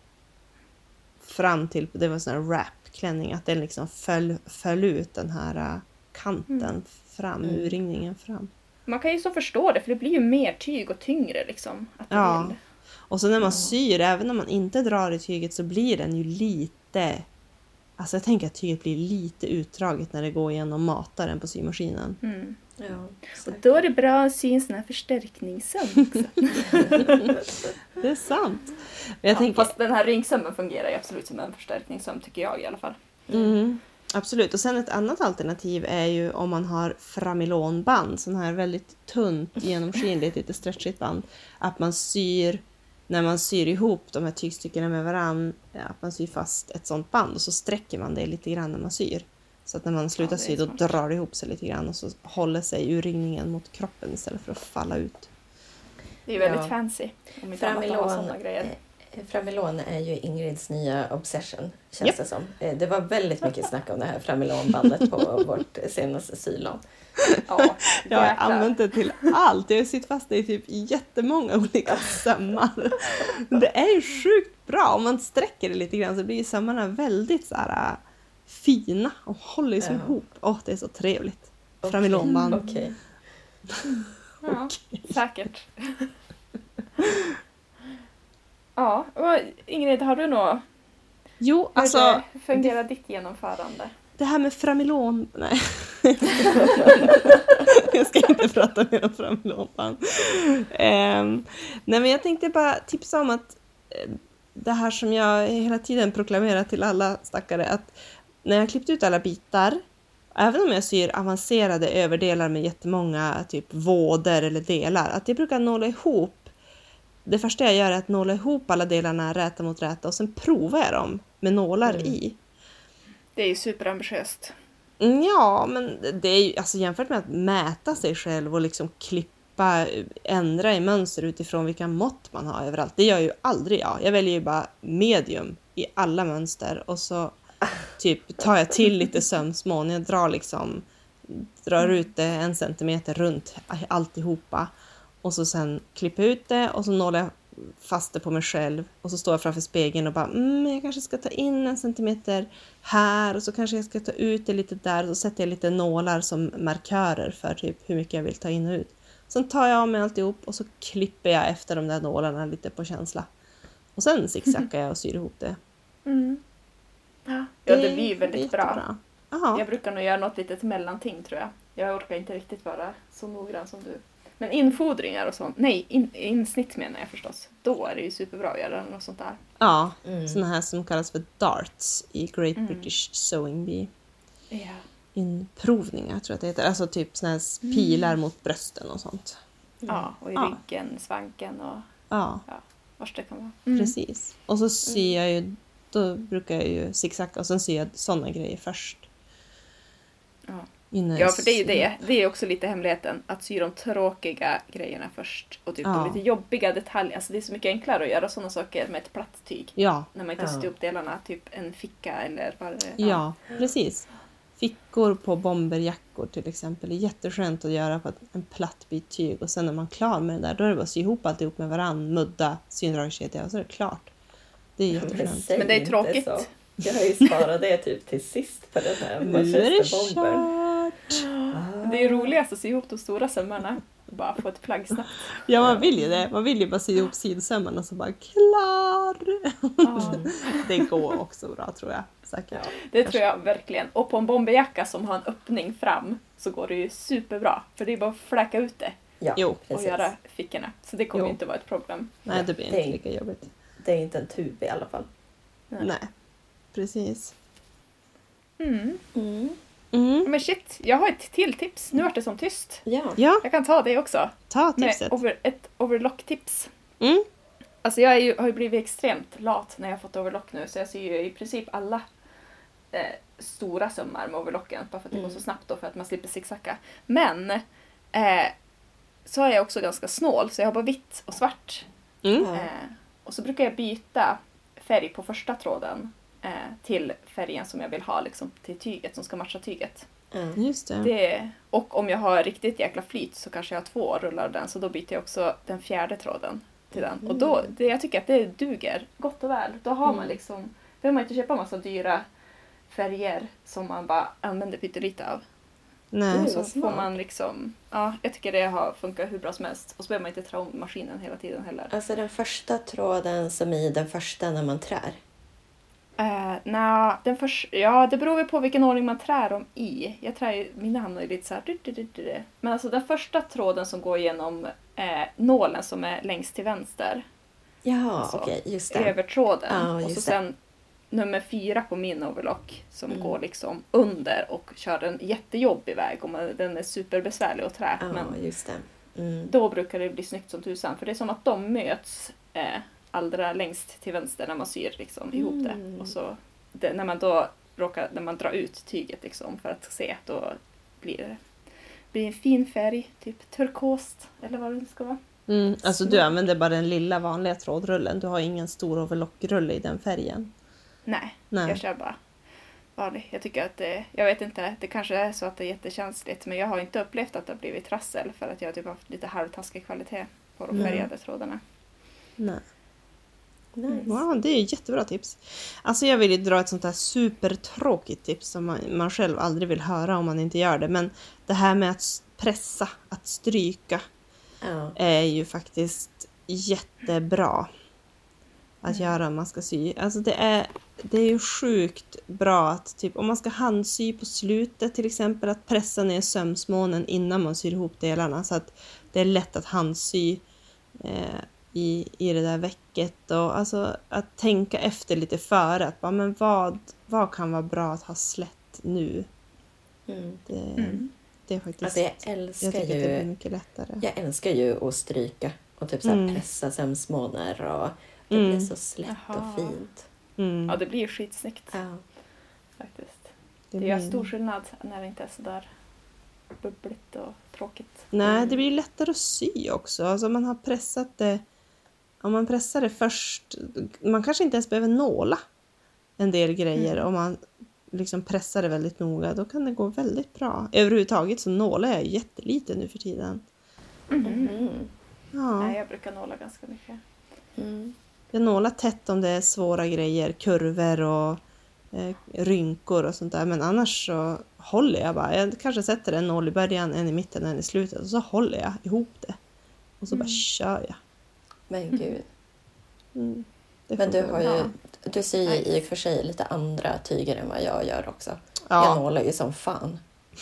fram till, det var sån här wrap-klänning, att den liksom föll ut den här kanten fram, urringningen fram. Man kan ju så förstå det, för det blir ju mer tyg och tyngre liksom. Att det vill. Och så när man syr, även om man inte drar i tyget, så blir den ju lite... Alltså jag tänker att tyget blir lite utdraget när det går igenom mataren på symaskinen. Ja, och då är det bra att sy en sån här förstärkningssöm också. Det är sant. Men jag tänker... Fast den här ringsömmen fungerar ju absolut som en förstärkningssöm, tycker jag i alla fall. Absolut. Och sen ett annat alternativ är ju om man har framilonband, sån här väldigt tunt, genomskinligt, lite stretchigt band. Att man syr, när man syr ihop de här tygstyckena med varann, att man syr fast ett sånt band och så sträcker man det lite grann när man syr. Så att när man slutar sy, då drar det ihop sig lite grann och så håller sig urringningen mot kroppen istället för att falla ut. Det är ju väldigt fancy. Om inte annat har sådana grejer. Framilon är ju Ingrids nya obsession, känns det som. Det var väldigt mycket snack om det här framilonbandet på vårt senaste sylan. Ja, jag har använt det till allt. Jag har sytt fast det i typ jättemånga olika sömmar. Det är ju sjukt bra. Om man sträcker det lite grann så blir sömmarna väldigt så här fina och håller sig ihop. Det är så trevligt. Framilonband. Okej. Ja, säkert. Ja, Ingrid, har du något? Jo, alltså... Hur fungerar ditt genomförande? Det här med framilon... Nej. Jag ska inte prata mer om framilonband. Nej, men jag tänkte bara tipsa om att det här som jag hela tiden proklamerar till alla stackare, att när jag klippt ut alla bitar, även om jag syr avancerade överdelar med jättemånga typ våder eller delar, att jag brukar nåla ihop. Det första jag gör är att nåla ihop alla delarna räta mot räta och sen provar jag dem med nålar i. Det är ju superambitiöst. Ja, men det är ju, alltså jämfört med att mäta sig själv och liksom klippa, ändra i mönster utifrån vilka mått man har överallt. Det gör ju aldrig jag. Jag väljer ju bara medium i alla mönster och så typ tar jag till lite sömsmån. Jag drar ut det 1 centimeter runt alltihopa. Och så sen klipper jag ut det och så nålar jag fast det på mig själv. Och så står jag framför spegeln och bara, jag kanske ska ta in 1 centimeter här. Och så kanske jag ska ta ut det lite där. Och så sätter jag lite nålar som markörer för typ hur mycket jag vill ta in och ut. Sen tar jag av mig alltihop och så klipper jag efter de där nålarna lite på känsla. Och sen zigzaggar jag och syr ihop det. Ja, det blir väldigt bra. Aha. Jag brukar nog göra något litet mellanting, tror jag. Jag orkar inte riktigt vara så noggrann som du. Men infodringar och sånt. Nej, insnitt menar jag förstås. Då är det ju superbra att göra något sånt där. Ja, såna här som kallas för darts i Great British Sewing Bee. Ja. Inprovningar tror jag att det heter. Alltså typ såna här pilar mot brösten och sånt. Ja, och i ryggen, svanken och vars det kan vara. Precis. Och så syr jag ju, då brukar jag ju zigzacka och sen syr jag såna grejer först. Ja, för det är ju det. Det är också lite hemligheten. Att sy de tråkiga grejerna först. Och typ de lite jobbiga detaljer. Alltså det är så mycket enklare att göra sådana saker med ett platt tyg. Ja. När man inte syr upp delarna. Typ en ficka eller vad det är. Ja, precis. Fickor på bomberjackor till exempel är jätteskönt att göra på en platt bit tyg. Och sen när man är klar med det där, då är det bara att sy ihop alltihop med varann, mudda, sy en dragkedja och så är det klart. Det är jätteskönt. Men det är tråkigt. Jag har ju sparat det typ till sist på den här manchesterbombern. Det är roligast att sy ihop de stora sömmarna. Bara få ett plagg snabbt. Ja, man vill ju det. Man vill ju bara sy ihop sidsömmarna och så bara klar. Det går också bra, tror jag. Säkert. Ja, det tror jag verkligen. Och på en bomberjacka som har en öppning fram så går det ju superbra. För det är bara att fläcka ut det. Ja, och göra fickorna. Så det kommer ju inte vara ett problem. Nej, det blir inte lika jobbigt. Det är inte en tub i alla fall. Nej, precis. Men shit, jag har ett till tips. Nu är det som tyst. Ja. Jag kan ta det också. Ta tipset. Med ett overlock-tips. Alltså har ju blivit extremt lat när jag har fått overlock nu. Så jag syr ju i princip alla stora sömmar med overlocken. Bara för att det går så snabbt då, för att man slipper zigzacka. Men så är jag också ganska snål. Så jag har bara vitt och svart. Och så brukar jag byta färg på första tråden till färgen som jag vill ha liksom, till tyget som ska matcha tyget. Just det. Och om jag har riktigt jäkla flyt så kanske jag har 2 rullar av den. Så då byter jag också den 4:e tråden till den. Och då, jag tycker att det duger gott och väl. Då har man liksom, behöver man inte köpa en massa dyra färger som man bara använder pyttelite av. Nej. Så får man liksom, ja, jag tycker det har funkat hur bra som helst. Och så behöver man inte trä om maskinen hela tiden heller. Alltså den första tråden som i den första när man trär. Det beror väl på vilken ordning man trär dem i. Jag trär ju, mina hamnar ju lite så här. Men alltså den första tråden som går igenom nålen som är längst till vänster. Jaha, alltså, okej, just det. Övertråden. Ja, och så sen nummer 4 på min overlock som går liksom under och kör en jättejobbig väg. Den är superbesvärlig att trä. Ja, men just det. Då brukar det bli snyggt som tusan. För det är som att de möts allra längst till vänster när man syr liksom, ihop det. Och så när man drar ut tyget liksom, för att se, då blir det en fin färg, typ turkost eller vad det ska vara. Alltså du använder bara den lilla vanliga trådrullen. Du har ingen stor overlockrulle i den färgen. Nej. Jag kör bara vanlig. Jag tycker att jag vet inte, det kanske är så att det är jättekänsligt, men jag har inte upplevt att det har blivit trassel för att jag har typ haft lite halvtaskig kvalitet på de färgade trådarna. Nej. Nice. Wow, det är jättebra tips. Alltså jag vill ju dra ett sånt här supertråkigt tips som man själv aldrig vill höra om man inte gör det. Men det här med att pressa, att stryka är ju faktiskt jättebra att göra om man ska sy. Alltså det är ju sjukt bra att typ om man ska handsy på slutet till exempel, att pressa ner sömsmånen innan man syr ihop delarna så att det är lätt att handsy i det där vecket, och alltså att tänka efter lite före att bara, men vad kan vara bra att ha slätt nu. Det är faktiskt, alltså jag älskar att det blir mycket lättare. Jag älskar ju att stryka och typ så här pressa sömsmånar och det blir så slätt och fint. Ja, det blir ju skitsnyggt. Faktiskt. Det gör stor skillnad när det inte är så där bubbligt och tråkigt. Nej, det blir lättare att sy också. Alltså man har pressat det. Om man pressar det först, man kanske inte ens behöver nåla en del grejer. Om man liksom pressar det väldigt noga, då kan det gå väldigt bra. Överhuvudtaget så nålar jag jättelite nu för tiden. Ja. Nej, jag brukar nåla ganska mycket. Jag nålar tätt om det är svåra grejer, kurvor och rynkor och sånt där. Men annars så håller jag bara. Jag kanske sätter en nål i början, en i mitten, en i slutet. Och så håller jag ihop det. Och så bara kör jag. Men gud. Men du syr ju i och för sig lite andra tyger än vad jag gör också. Ja. Jag nålar ju som fan.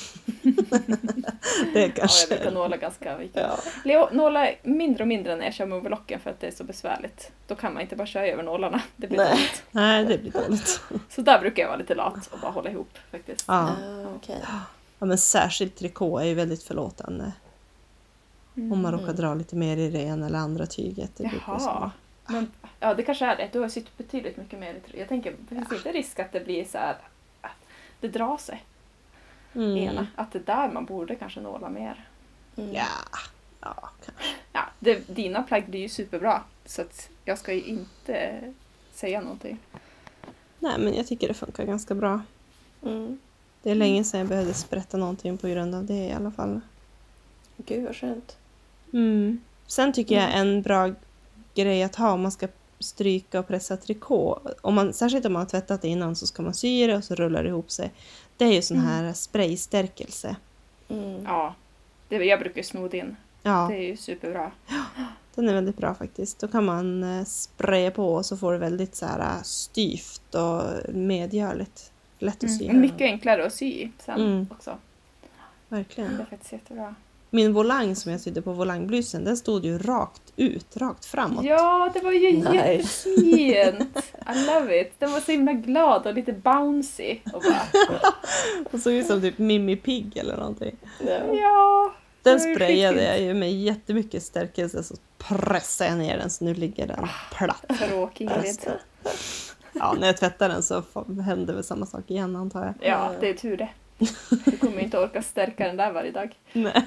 Det kanske. Ja, jag brukar nåla ganska mycket. Jag nålar mindre och mindre när jag kör med overlocken för att det är så besvärligt. Då kan man inte bara köra över nålarna. Det blir dåligt. Nej, det blir dåligt. Så där brukar jag vara lite lat och bara hålla ihop faktiskt. Ja. Okay. Ja, men särskilt trikå är ju väldigt förlåtande. Om man råkar dra lite mer i det ena eller andra tyget. Det Jaha. Men, ja, det kanske är det. Du har sytt betydligt mycket mer. Jag tänker, det finns inte risk att det blir så här att det drar sig. Ena. Att det där man borde kanske nåla mer. Ja, kanske. Ja, dina plagg blir ju superbra. Så att jag ska ju inte säga någonting. Nej, men jag tycker det funkar ganska bra. Det är länge sedan jag behövde sprätta någonting på grund av det i alla fall. Gud vad skönt. Sen tycker jag en bra grej att ha om man ska stryka och pressa trikå. Särskilt om man har tvättat det innan så ska man sy det och så rullar det ihop sig. Det är ju sån här spraystärkelse. Ja, jag brukar sno din. Ja. Det är ju superbra. Den är väldigt bra faktiskt. Då kan man spraya på och så får det väldigt så här styvt och medgörligt. Lätt att sy. Mycket enklare att sy sen också. Verkligen. Det är faktiskt jättebra. Min volang som jag sydde på volangblusen, den stod ju rakt framåt. Ja, det var ju jättefint. I love it. Den var så himla glad och lite bouncy. Och bara... och såg ut som typ Mimmi Pigg eller någonting. Ja. Den sprayade jag ju med jättemycket stärkelse, så pressade jag ner den, så nu ligger den platt. Tråkig Ingrid. Ja, när jag tvättar den så händer väl samma sak igen, antar jag. Ja, det är tur det. Du kommer inte orka stärka den där varje dag. Nej.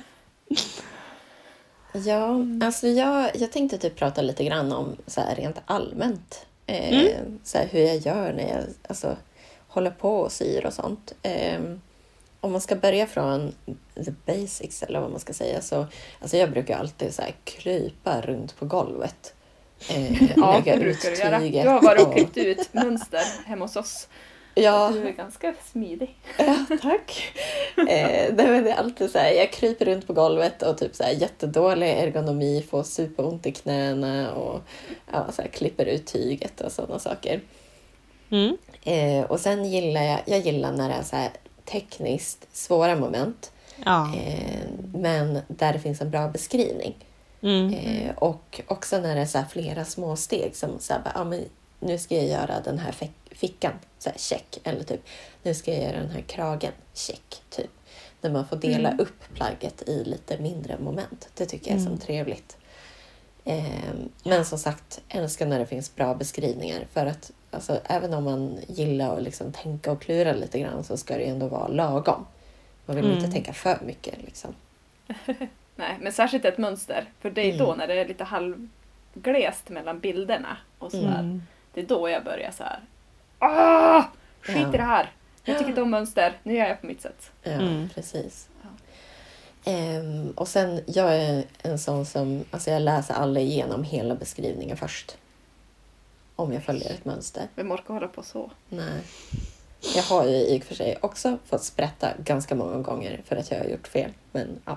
Ja, alltså jag tänkte typ prata lite grann om så här rent allmänt. Så här hur jag gör när jag alltså, håller på och syr och sånt. Om man ska börja från the basics eller vad man ska säga, så alltså jag brukar alltid så här krypa runt på golvet. Ja, det brukar du göra. Du har varit och klippt ut mönster hemma hos oss. Ja. Du är ganska smidig. Ja, tack. Det är alltid så här, jag kryper runt på golvet och typ så här jättedålig ergonomi, får superont i knäna och ja, så här, klipper ut tyget och sådana saker. Och sen gillar jag gillar när det är så här tekniskt svåra moment. Ja. Men där det finns en bra beskrivning. Och också när det är så här flera små steg som så här, men nu ska jag göra den här fickan, så här, check, eller typ nu ska jag göra den här kragen, check, typ. När man får dela upp plagget i lite mindre moment. Det tycker jag är så trevligt. Men som sagt, älskar när det finns bra beskrivningar, för att alltså, även om man gillar att liksom tänka och klura lite grann, så ska det ändå vara lagom. Man vill inte tänka för mycket liksom. Nej, men särskilt ett mönster. För det är då när det är lite halvglest mellan bilderna och sådär. Det är då jag börjar så här. Skit i det här. Jag tycker inte om mönster. Nu gör jag på mitt sätt. Ja, precis. Ja. Och sen, jag är en sån som, alltså jag läser aldrig igenom hela beskrivningen först. Om jag följer ett mönster. Vem orkar hålla på så? Nej. Jag har ju i och för sig också fått sprätta ganska många gånger för att jag har gjort fel. Men ja.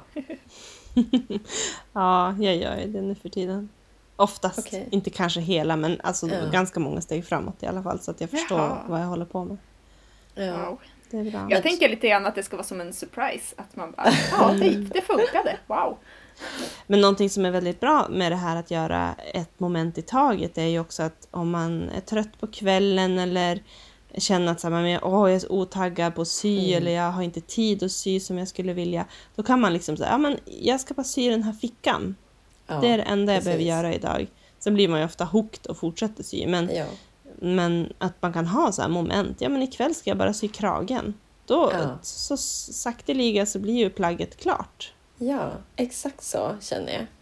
Ja, jag gör ju det nu för tiden. Oftast, inte kanske hela, men alltså ganska många steg framåt i alla fall, så att jag förstår vad jag håller på med. Ja. Wow. Det är bra. Jag tänker lite grann att det ska vara som en surprise. Att man bara, det funkade, wow. Men någonting som är väldigt bra med det här att göra ett moment i taget är ju också att om man är trött på kvällen eller känner att så här, jag är så otaggad på att sy eller jag har inte tid att sy som jag skulle vilja, då kan man liksom säga, men jag ska bara sy den här fickan. Ja, det är det enda jag behöver göra idag. Sen blir man ju ofta hooked och fortsätter sy, men att man kan ha så här moment, men ikväll ska jag bara sy kragen. Då så sakteliga så blir ju plagget klart. Ja, exakt så känner jag.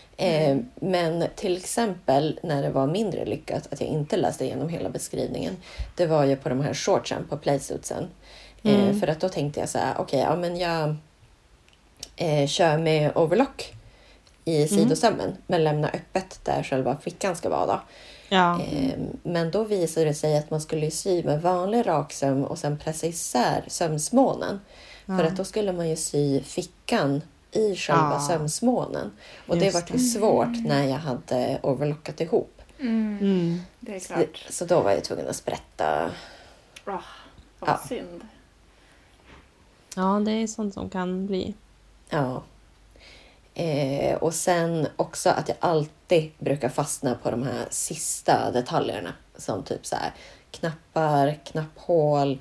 Men till exempel när det var mindre lyckat att jag inte läste igenom hela beskrivningen, det var ju på de här shortsen på playsuitsen. För att då tänkte jag så här, men jag kör med overlock i sidosömmen, men lämna öppet där själva fickan ska vara då. Ja. Men då visade det sig att man skulle sy med vanlig raksöm och sen pressa isär sömsmånen. För att då skulle man ju sy fickan i själva sömsmånen. Och det var ju svårt när jag hade overlockat ihop. Det är klart. Så då var jag tvungen att sprätta. Vad synd. Ja, det är sånt som kan bli. Ja. Och sen också att jag alltid brukar fastna på de här sista detaljerna. Som typ så här knappar, knapphål,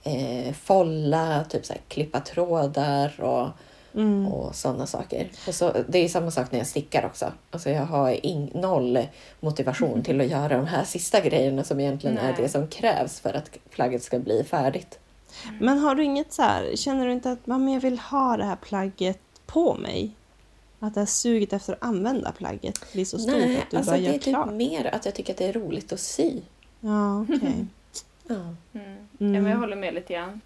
folla, typ så här klippa trådar och sådana saker. Och så, det är samma sak när jag stickar också. Alltså jag har noll motivation till att göra de här sista grejerna som egentligen är det som krävs för att plagget ska bli färdigt. Men har du inget så här, känner du inte att jag vill ha det här plagget på mig? Att det här suget efter att använda plagget blir så stort att du bara gör det är klart? typ mer att jag tycker att det är roligt att sy. Ja, okej. Ja, men jag håller med lite grann.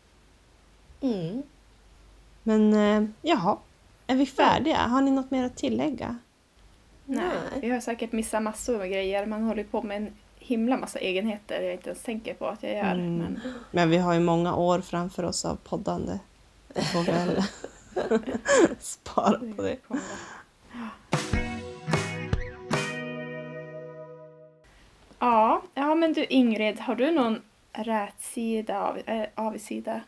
Men jaha, är vi färdiga? Har ni något mer att tillägga? Nej, vi har säkert missat massor med grejer. Man håller på med en himla massa egenheter jag inte ens tänker på att jag gör. Men vi har ju många år framför oss av poddande. Jag får väl spara på det. Ja, men du Ingrid, har du någon rätsida, avsida?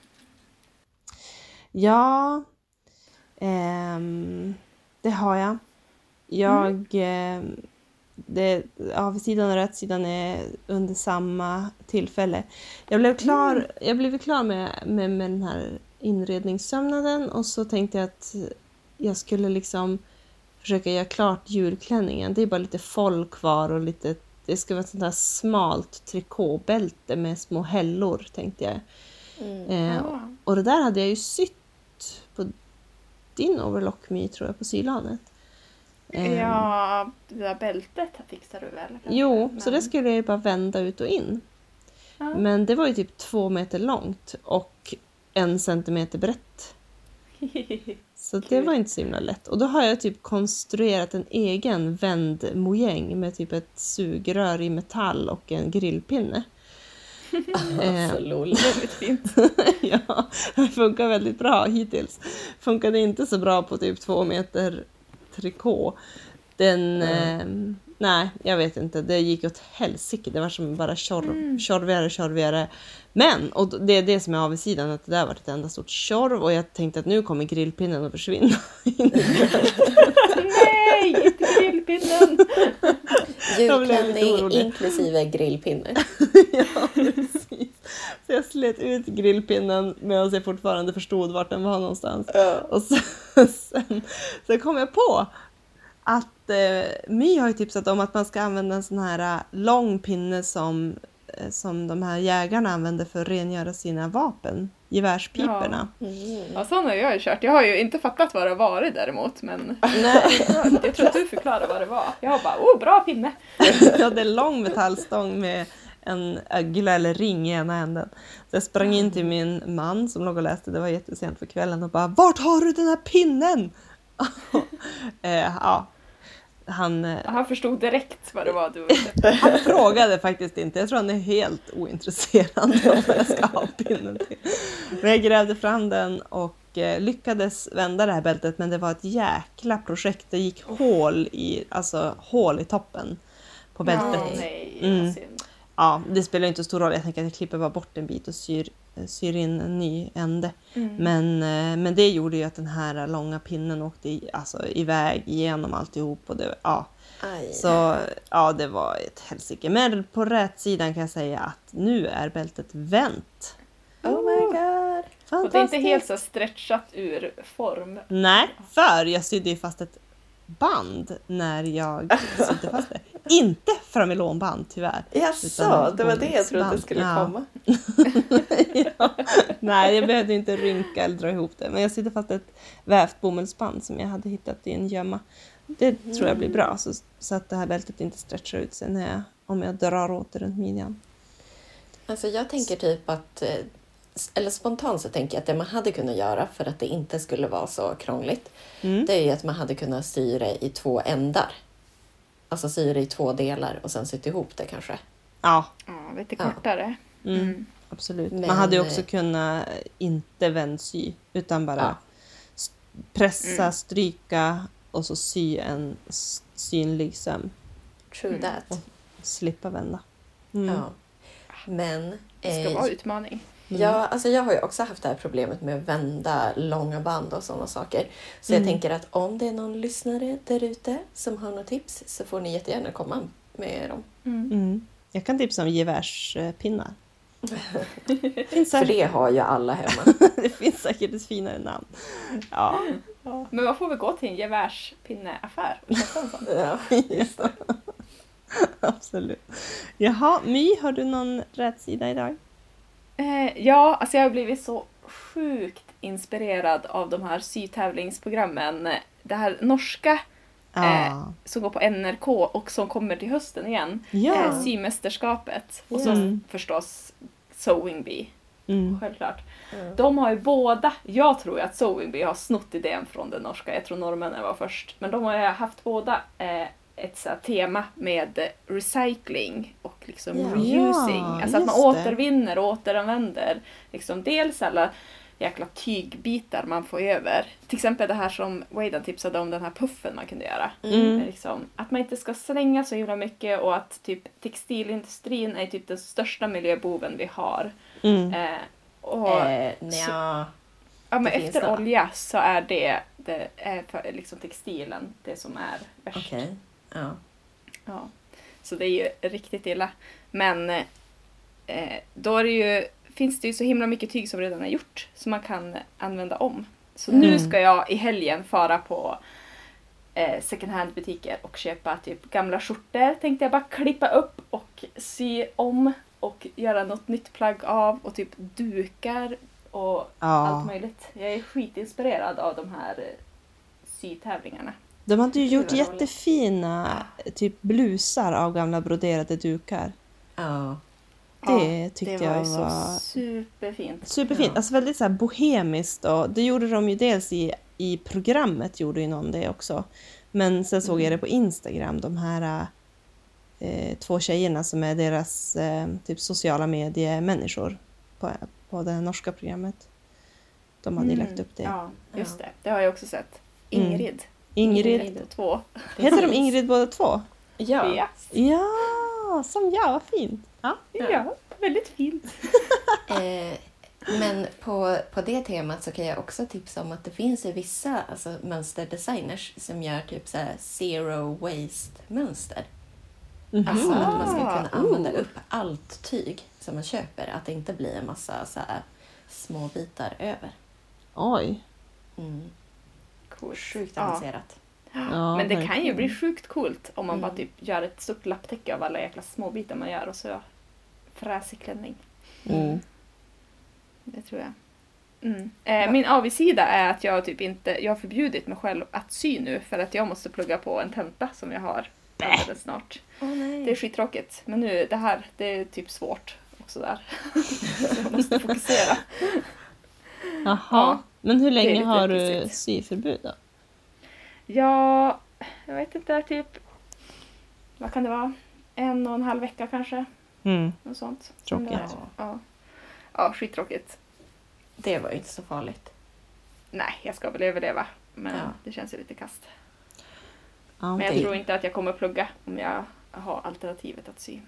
Ja, det har jag. Avsidan och rätsidan är under samma tillfälle. Jag blev klar med den här inredningssömnaden och så tänkte jag att jag skulle liksom försöka göra klart julklänningen. Det är bara lite foll kvar och lite, det ska vara ett sånt där smalt trikåbälte med små hällor, tänkte jag. Och det där hade jag ju sytt på din overlock, My, tror jag, på sylanet. Ja, det där bältet fixar du väl? Kanske? Jo, så det skulle jag ju bara vända ut och in. Ja. Men det var ju typ 2 meter långt och 1 centimeter brett. Så det var inte så himla lätt. Och då har jag typ konstruerat en egen vändmojäng med typ ett sugrör i metall och en grillpinne. Väldigt fint. Ja, det funkar väldigt bra hittills. Funkade inte så bra på typ 2 meter trikå. Nej, jag vet inte. Det gick åt helsike. Det var som bara tjorvigare. Men, och det är det som är avsidan, att det där var ett enda stort tjorv. Och jag tänkte att nu kommer grillpinnen att försvinna. Nej, inte grillpinnen! Julklänning inklusive grillpinne. Ja, precis. Så jag slet ut grillpinnen medan jag fortfarande förstod vart den var någonstans. Och sen kom jag på att My har ju tipsat om att man ska använda en sån här lång pinne som de här jägarna använder för att rengöra sina vapen, gevärspiporna. Ja, sån har jag ju kört. Jag har ju inte fattat vad det har varit däremot, men Nej. jag tror att du förklarar vad det var. Jag har bara, bra pinne! Ja, det är en lång metallstång med en ögla eller ring i ena änden. Så jag sprang in till min man som låg och läste, det var jättesent för kvällen, och bara, vart har du den här pinnen? Ja. Han förstod direkt vad det var du Han frågade faktiskt inte. Jag tror han är helt ointresserad av vad jag ska ha pinnen till. Men jag grävde fram den och lyckades vända det här bältet, men det var ett jäkla projekt. Det gick hål i toppen på bältet. Ja, det spelar inte så stor roll. Jag tänker att jag klipper bara bort en bit och syr in en ny ände. Men det gjorde ju att den här långa pinnen åkte iväg igenom alltihop. Och det, Så det var ett helsike. Men på rätt sidan kan jag säga att nu är bältet vänt. Oh my god! Och det är inte helt så stretchat ur form. Nej, för jag sydde ju fast ett band när jag sydde fast det. Inte framilonband tyvärr. Jaså, det var det jag trodde skulle komma. Ja. Nej, jag behövde inte rynka eller dra ihop det. Men jag sydde fast ett vävt bomullsband som jag hade hittat i en gömma. Det tror jag blir bra, så att det här bältet inte stretchar ut sig om jag drar åt det runt midjan. Alltså jag tänker typ att, eller spontant så tänker jag att det man hade kunnat göra för att det inte skulle vara så krångligt, det är ju att man hade kunnat sy det i 2 ändar. Alltså sy det i 2 delar och sen sytt ihop det kanske. Ja, lite kortare. Absolut. Man hade ju också kunnat inte vändsy, utan bara pressa, stryka och så sy en synlig söm. True that. Och slippa vända. Ja. Men det ska vara utmaning. Ja, alltså jag har ju också haft det här problemet med att vända långa band och sådana saker. Så jag tänker att om det är någon lyssnare där ute som har några tips, så får ni jättegärna komma med dem. Jag kan tipsa om gevärspinnar. För det har ju alla hemma. Det finns säkert ett finare namn. Ja. Men man får väl gå till en gevärspinneaffär och köpa en sån. Ja, just det. Absolut. Jaha, My, har du någon rätsida idag? Ja, alltså jag har blivit så sjukt inspirerad av de här sytävlingsprogrammen. Det här norska som går på NRK och som kommer till hösten igen. Symästerskapet. Och så förstås Sewing Bee. Självklart. De har ju båda, jag tror att Sewing Bee har snott idén från den norska. Jag tror norrmännen var först. Men de har haft båda ett så här tema med recycling och liksom reusing. Alltså att man återvinner och återanvänder liksom dels alla jäkla tygbitar man får över. Till exempel det här som Wade tipsade om, den här puffen man kunde göra. Liksom, att man inte ska slänga så himla mycket och att typ textilindustrin är typ den största miljöboven vi har. Men efter olja så är det är för, liksom textilen det som är värst. Okay. Ja. Så det är ju riktigt illa. Men då är det ju, finns det ju så himla mycket tyg som redan är gjort som man kan använda om. Så nu ska jag i helgen fara på second hand butiker och köpa typ gamla skjortor. Tänkte jag bara klippa upp och sy om och göra något nytt plagg av och typ dukar och allt möjligt. Jag är skitinspirerad av de här sytävlingarna. De hade ju gjort jättefina typ blusar av gamla broderade dukar. Ja. Det tyckte det var jag var så superfint. superfint. Ja. Alltså väldigt så här bohemiskt. Och det gjorde de ju dels i programmet, gjorde ju någon det också. Men sen såg jag det på Instagram, de här 2 tjejerna som är deras typ sociala mediemänniskor på det norska programmet. De hade ju lagt upp det. Ja, just det. Det har jag också sett. Ingrid. Ingrid. 2. Heter de Ingrid båda 2? Ja. Yes. Ja, som jag, vad fint. Ja, väldigt fint. Men på det temat så kan jag också tipsa om att det finns ju vissa mönsterdesigners som gör typ så här zero waste mönster. Alltså att man ska kunna använda upp allt tyg som man köper. Att det inte blir en massa så här små bitar över. Oj. Coolt. Sjukt avancerat. Ja, Men det kan ju verkligen. bli sjukt coolt om man bara typ gör ett stort lapptäcke av alla jäkla små bitar man gör och så fräsig klänning. Det tror jag. Min avigsida är att jag typ jag har förbjudit mig själv att sy nu för att jag måste plugga på en tenta som jag har alldeles snart. Nej. Det är skittråkigt. Men nu, det är typ svårt också där. Så jag måste fokusera. Jaha, Ja, men hur det är länge lite har du pissigt. syförbud då? Ja, jag vet inte, typ vad kan det vara? 1,5 vecka kanske. Något sånt. Tråkigt. Ja, skittråkigt. Det var ju inte så farligt. Nej, jag ska väl överleva. Men det känns ju lite kast. Ja, Men jag tror inte att jag kommer plugga om jag har alternativet att sy.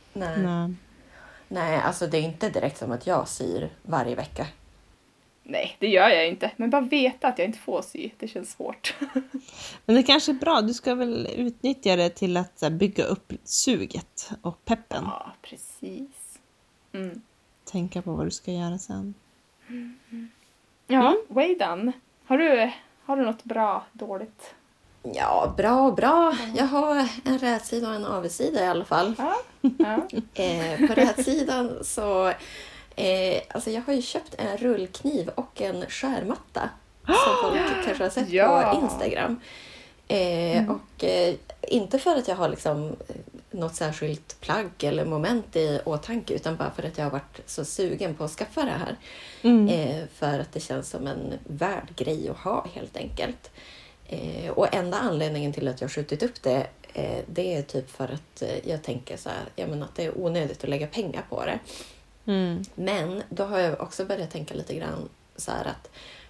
Nej, alltså det är inte direkt som att jag syr varje vecka. Nej, det gör jag inte. Men bara veta att jag inte får sy, det känns svårt. Men det kanske är bra, du ska väl utnyttja det till att så här, bygga upp suget och peppen. Ja, precis. Tänka på vad du ska göra sen. Ja, way done. Har du något bra, dåligt? Ja, bra. Jag har en rätsida och en avigsida i alla fall. Ja. På rätsidan så... alltså jag har ju köpt en rullkniv och en skärmatta. Som folk kanske har sett på Instagram. Och inte för att jag har liksom något särskilt plagg eller moment i åtanke. Utan bara för att jag har varit så sugen på att skaffa det här. För att det känns som en värd grej att ha helt enkelt. Och enda anledningen till att jag skjutit upp det, det är typ för att jag tänker så här, att det är onödigt att lägga pengar på det. Men då har jag också börjat tänka lite grann så här att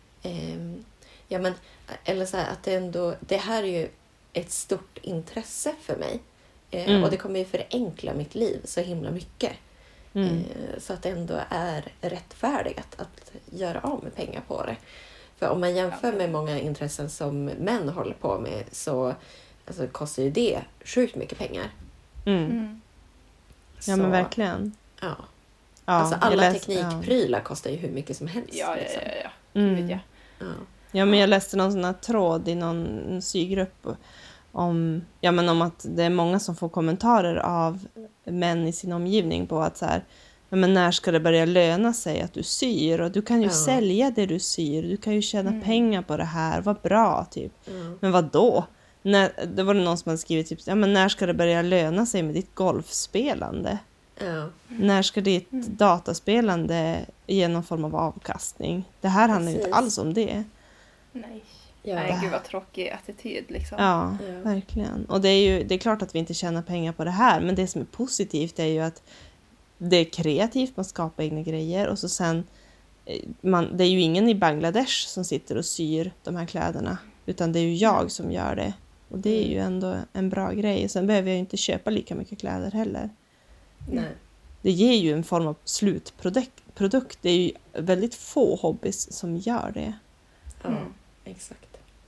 eller så här att det här är ju ett stort intresse för mig. Och det kommer ju förenkla mitt liv så himla mycket. Så att det ändå är rättfärdigt att göra av med pengar på det. För om man jämför med många intressen som män håller på med så kostar ju det sjukt mycket pengar. Ja, men verkligen. Ja. Ja, alltså alla teknikprylar kostar ju hur mycket som helst. Ja. Ja, men jag läste någon sån här tråd i någon sygrupp om att det är många som får kommentarer av män i sin omgivning på att så här, men när ska det börja löna sig att du syr? Och du kan ju sälja det du syr. Du kan ju tjäna pengar på det här. Vad bra, typ. Men vad då? Det var det någon som hade skrivit typ, men när ska det börja löna sig med ditt golfspelande? När ska ditt dataspelande ge någon form av avkastning? Det här handlar ju inte alls om det. Nej. Nej, gud vad tråkig attityd liksom. Ja, verkligen. Och det är klart att vi inte tjänar pengar på det här. Men det som är positivt är ju att det är kreativt, man skapar egna grejer. Och så sen, det är ju ingen i Bangladesh som sitter och syr de här kläderna. Utan det är ju jag som gör det. Och det är ju ändå en bra grej. Sen behöver jag ju inte köpa lika mycket kläder heller. Nej. Det ger ju en form av slutprodukt. Det är ju väldigt få hobbys som gör det. Ja, exakt.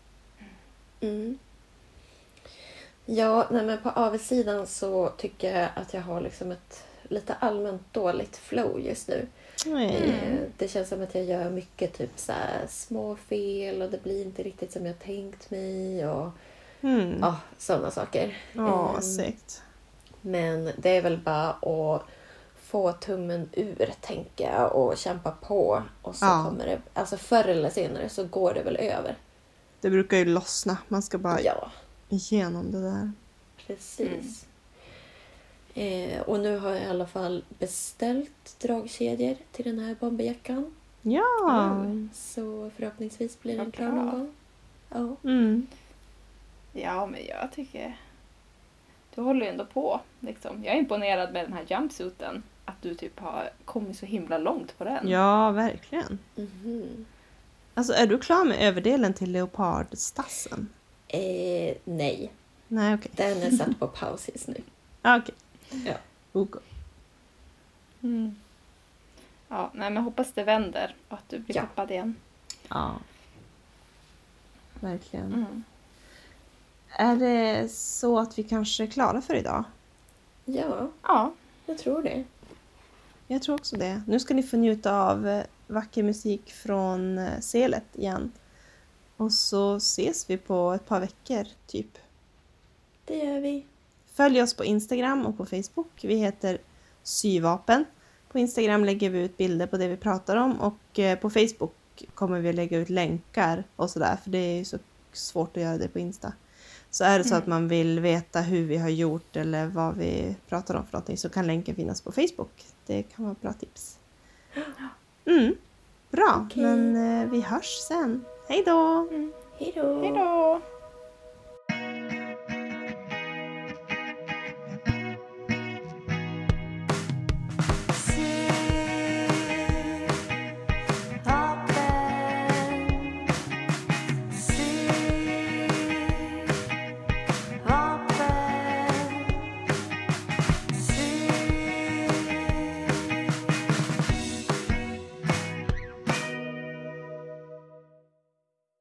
Ja, men på avsidan så tycker jag att jag har liksom ett lite allmänt dåligt flow just nu. Det känns som att jag gör mycket typ så här små fel och det blir inte riktigt som jag tänkt mig och sådana saker. Ja, segt. Men det är väl bara att få tummen ur, tänker jag, och kämpa på. Och så kommer det, alltså förr eller senare så går det väl över. Det brukar ju lossna. Man ska bara igenom det där. Precis. Och nu har jag i alla fall beställt dragkedjor till den här bomberjackan. Ja! Så förhoppningsvis blir den klar någon gång. Ja. Ja, men jag tycker... Du håller ju ändå på. Liksom. Jag är imponerad med den här jumpsuiten. Att du typ har kommit så himla långt på den. Ja, verkligen. Mm-hmm. Alltså, är du klar med överdelen till leopardstassen? Nej. Nej, okej. Den är satt på paus just nu. Okej. Ja. Okay. Ja, nej, men hoppas det vänder och att du blir peppad igen. Ja. Verkligen. Är det så att vi kanske är klara för idag? Ja, jag tror det. Jag tror också det. Nu ska ni få njuta av vacker musik från Selet igen. Och så ses vi på ett par veckor, typ. Det gör vi. Följ oss på Instagram och på Facebook. Vi heter Syvapen. På Instagram lägger vi ut bilder på det vi pratar om. Och på Facebook kommer vi lägga ut länkar och sådär. För det är ju så svårt att göra det på Insta. Så är det så att man vill veta hur vi har gjort eller vad vi pratar om för någonting, så kan länken finnas på Facebook. Det kan vara bra tips. Bra, men vi hörs sen. Hej då! Hej då! Hej då!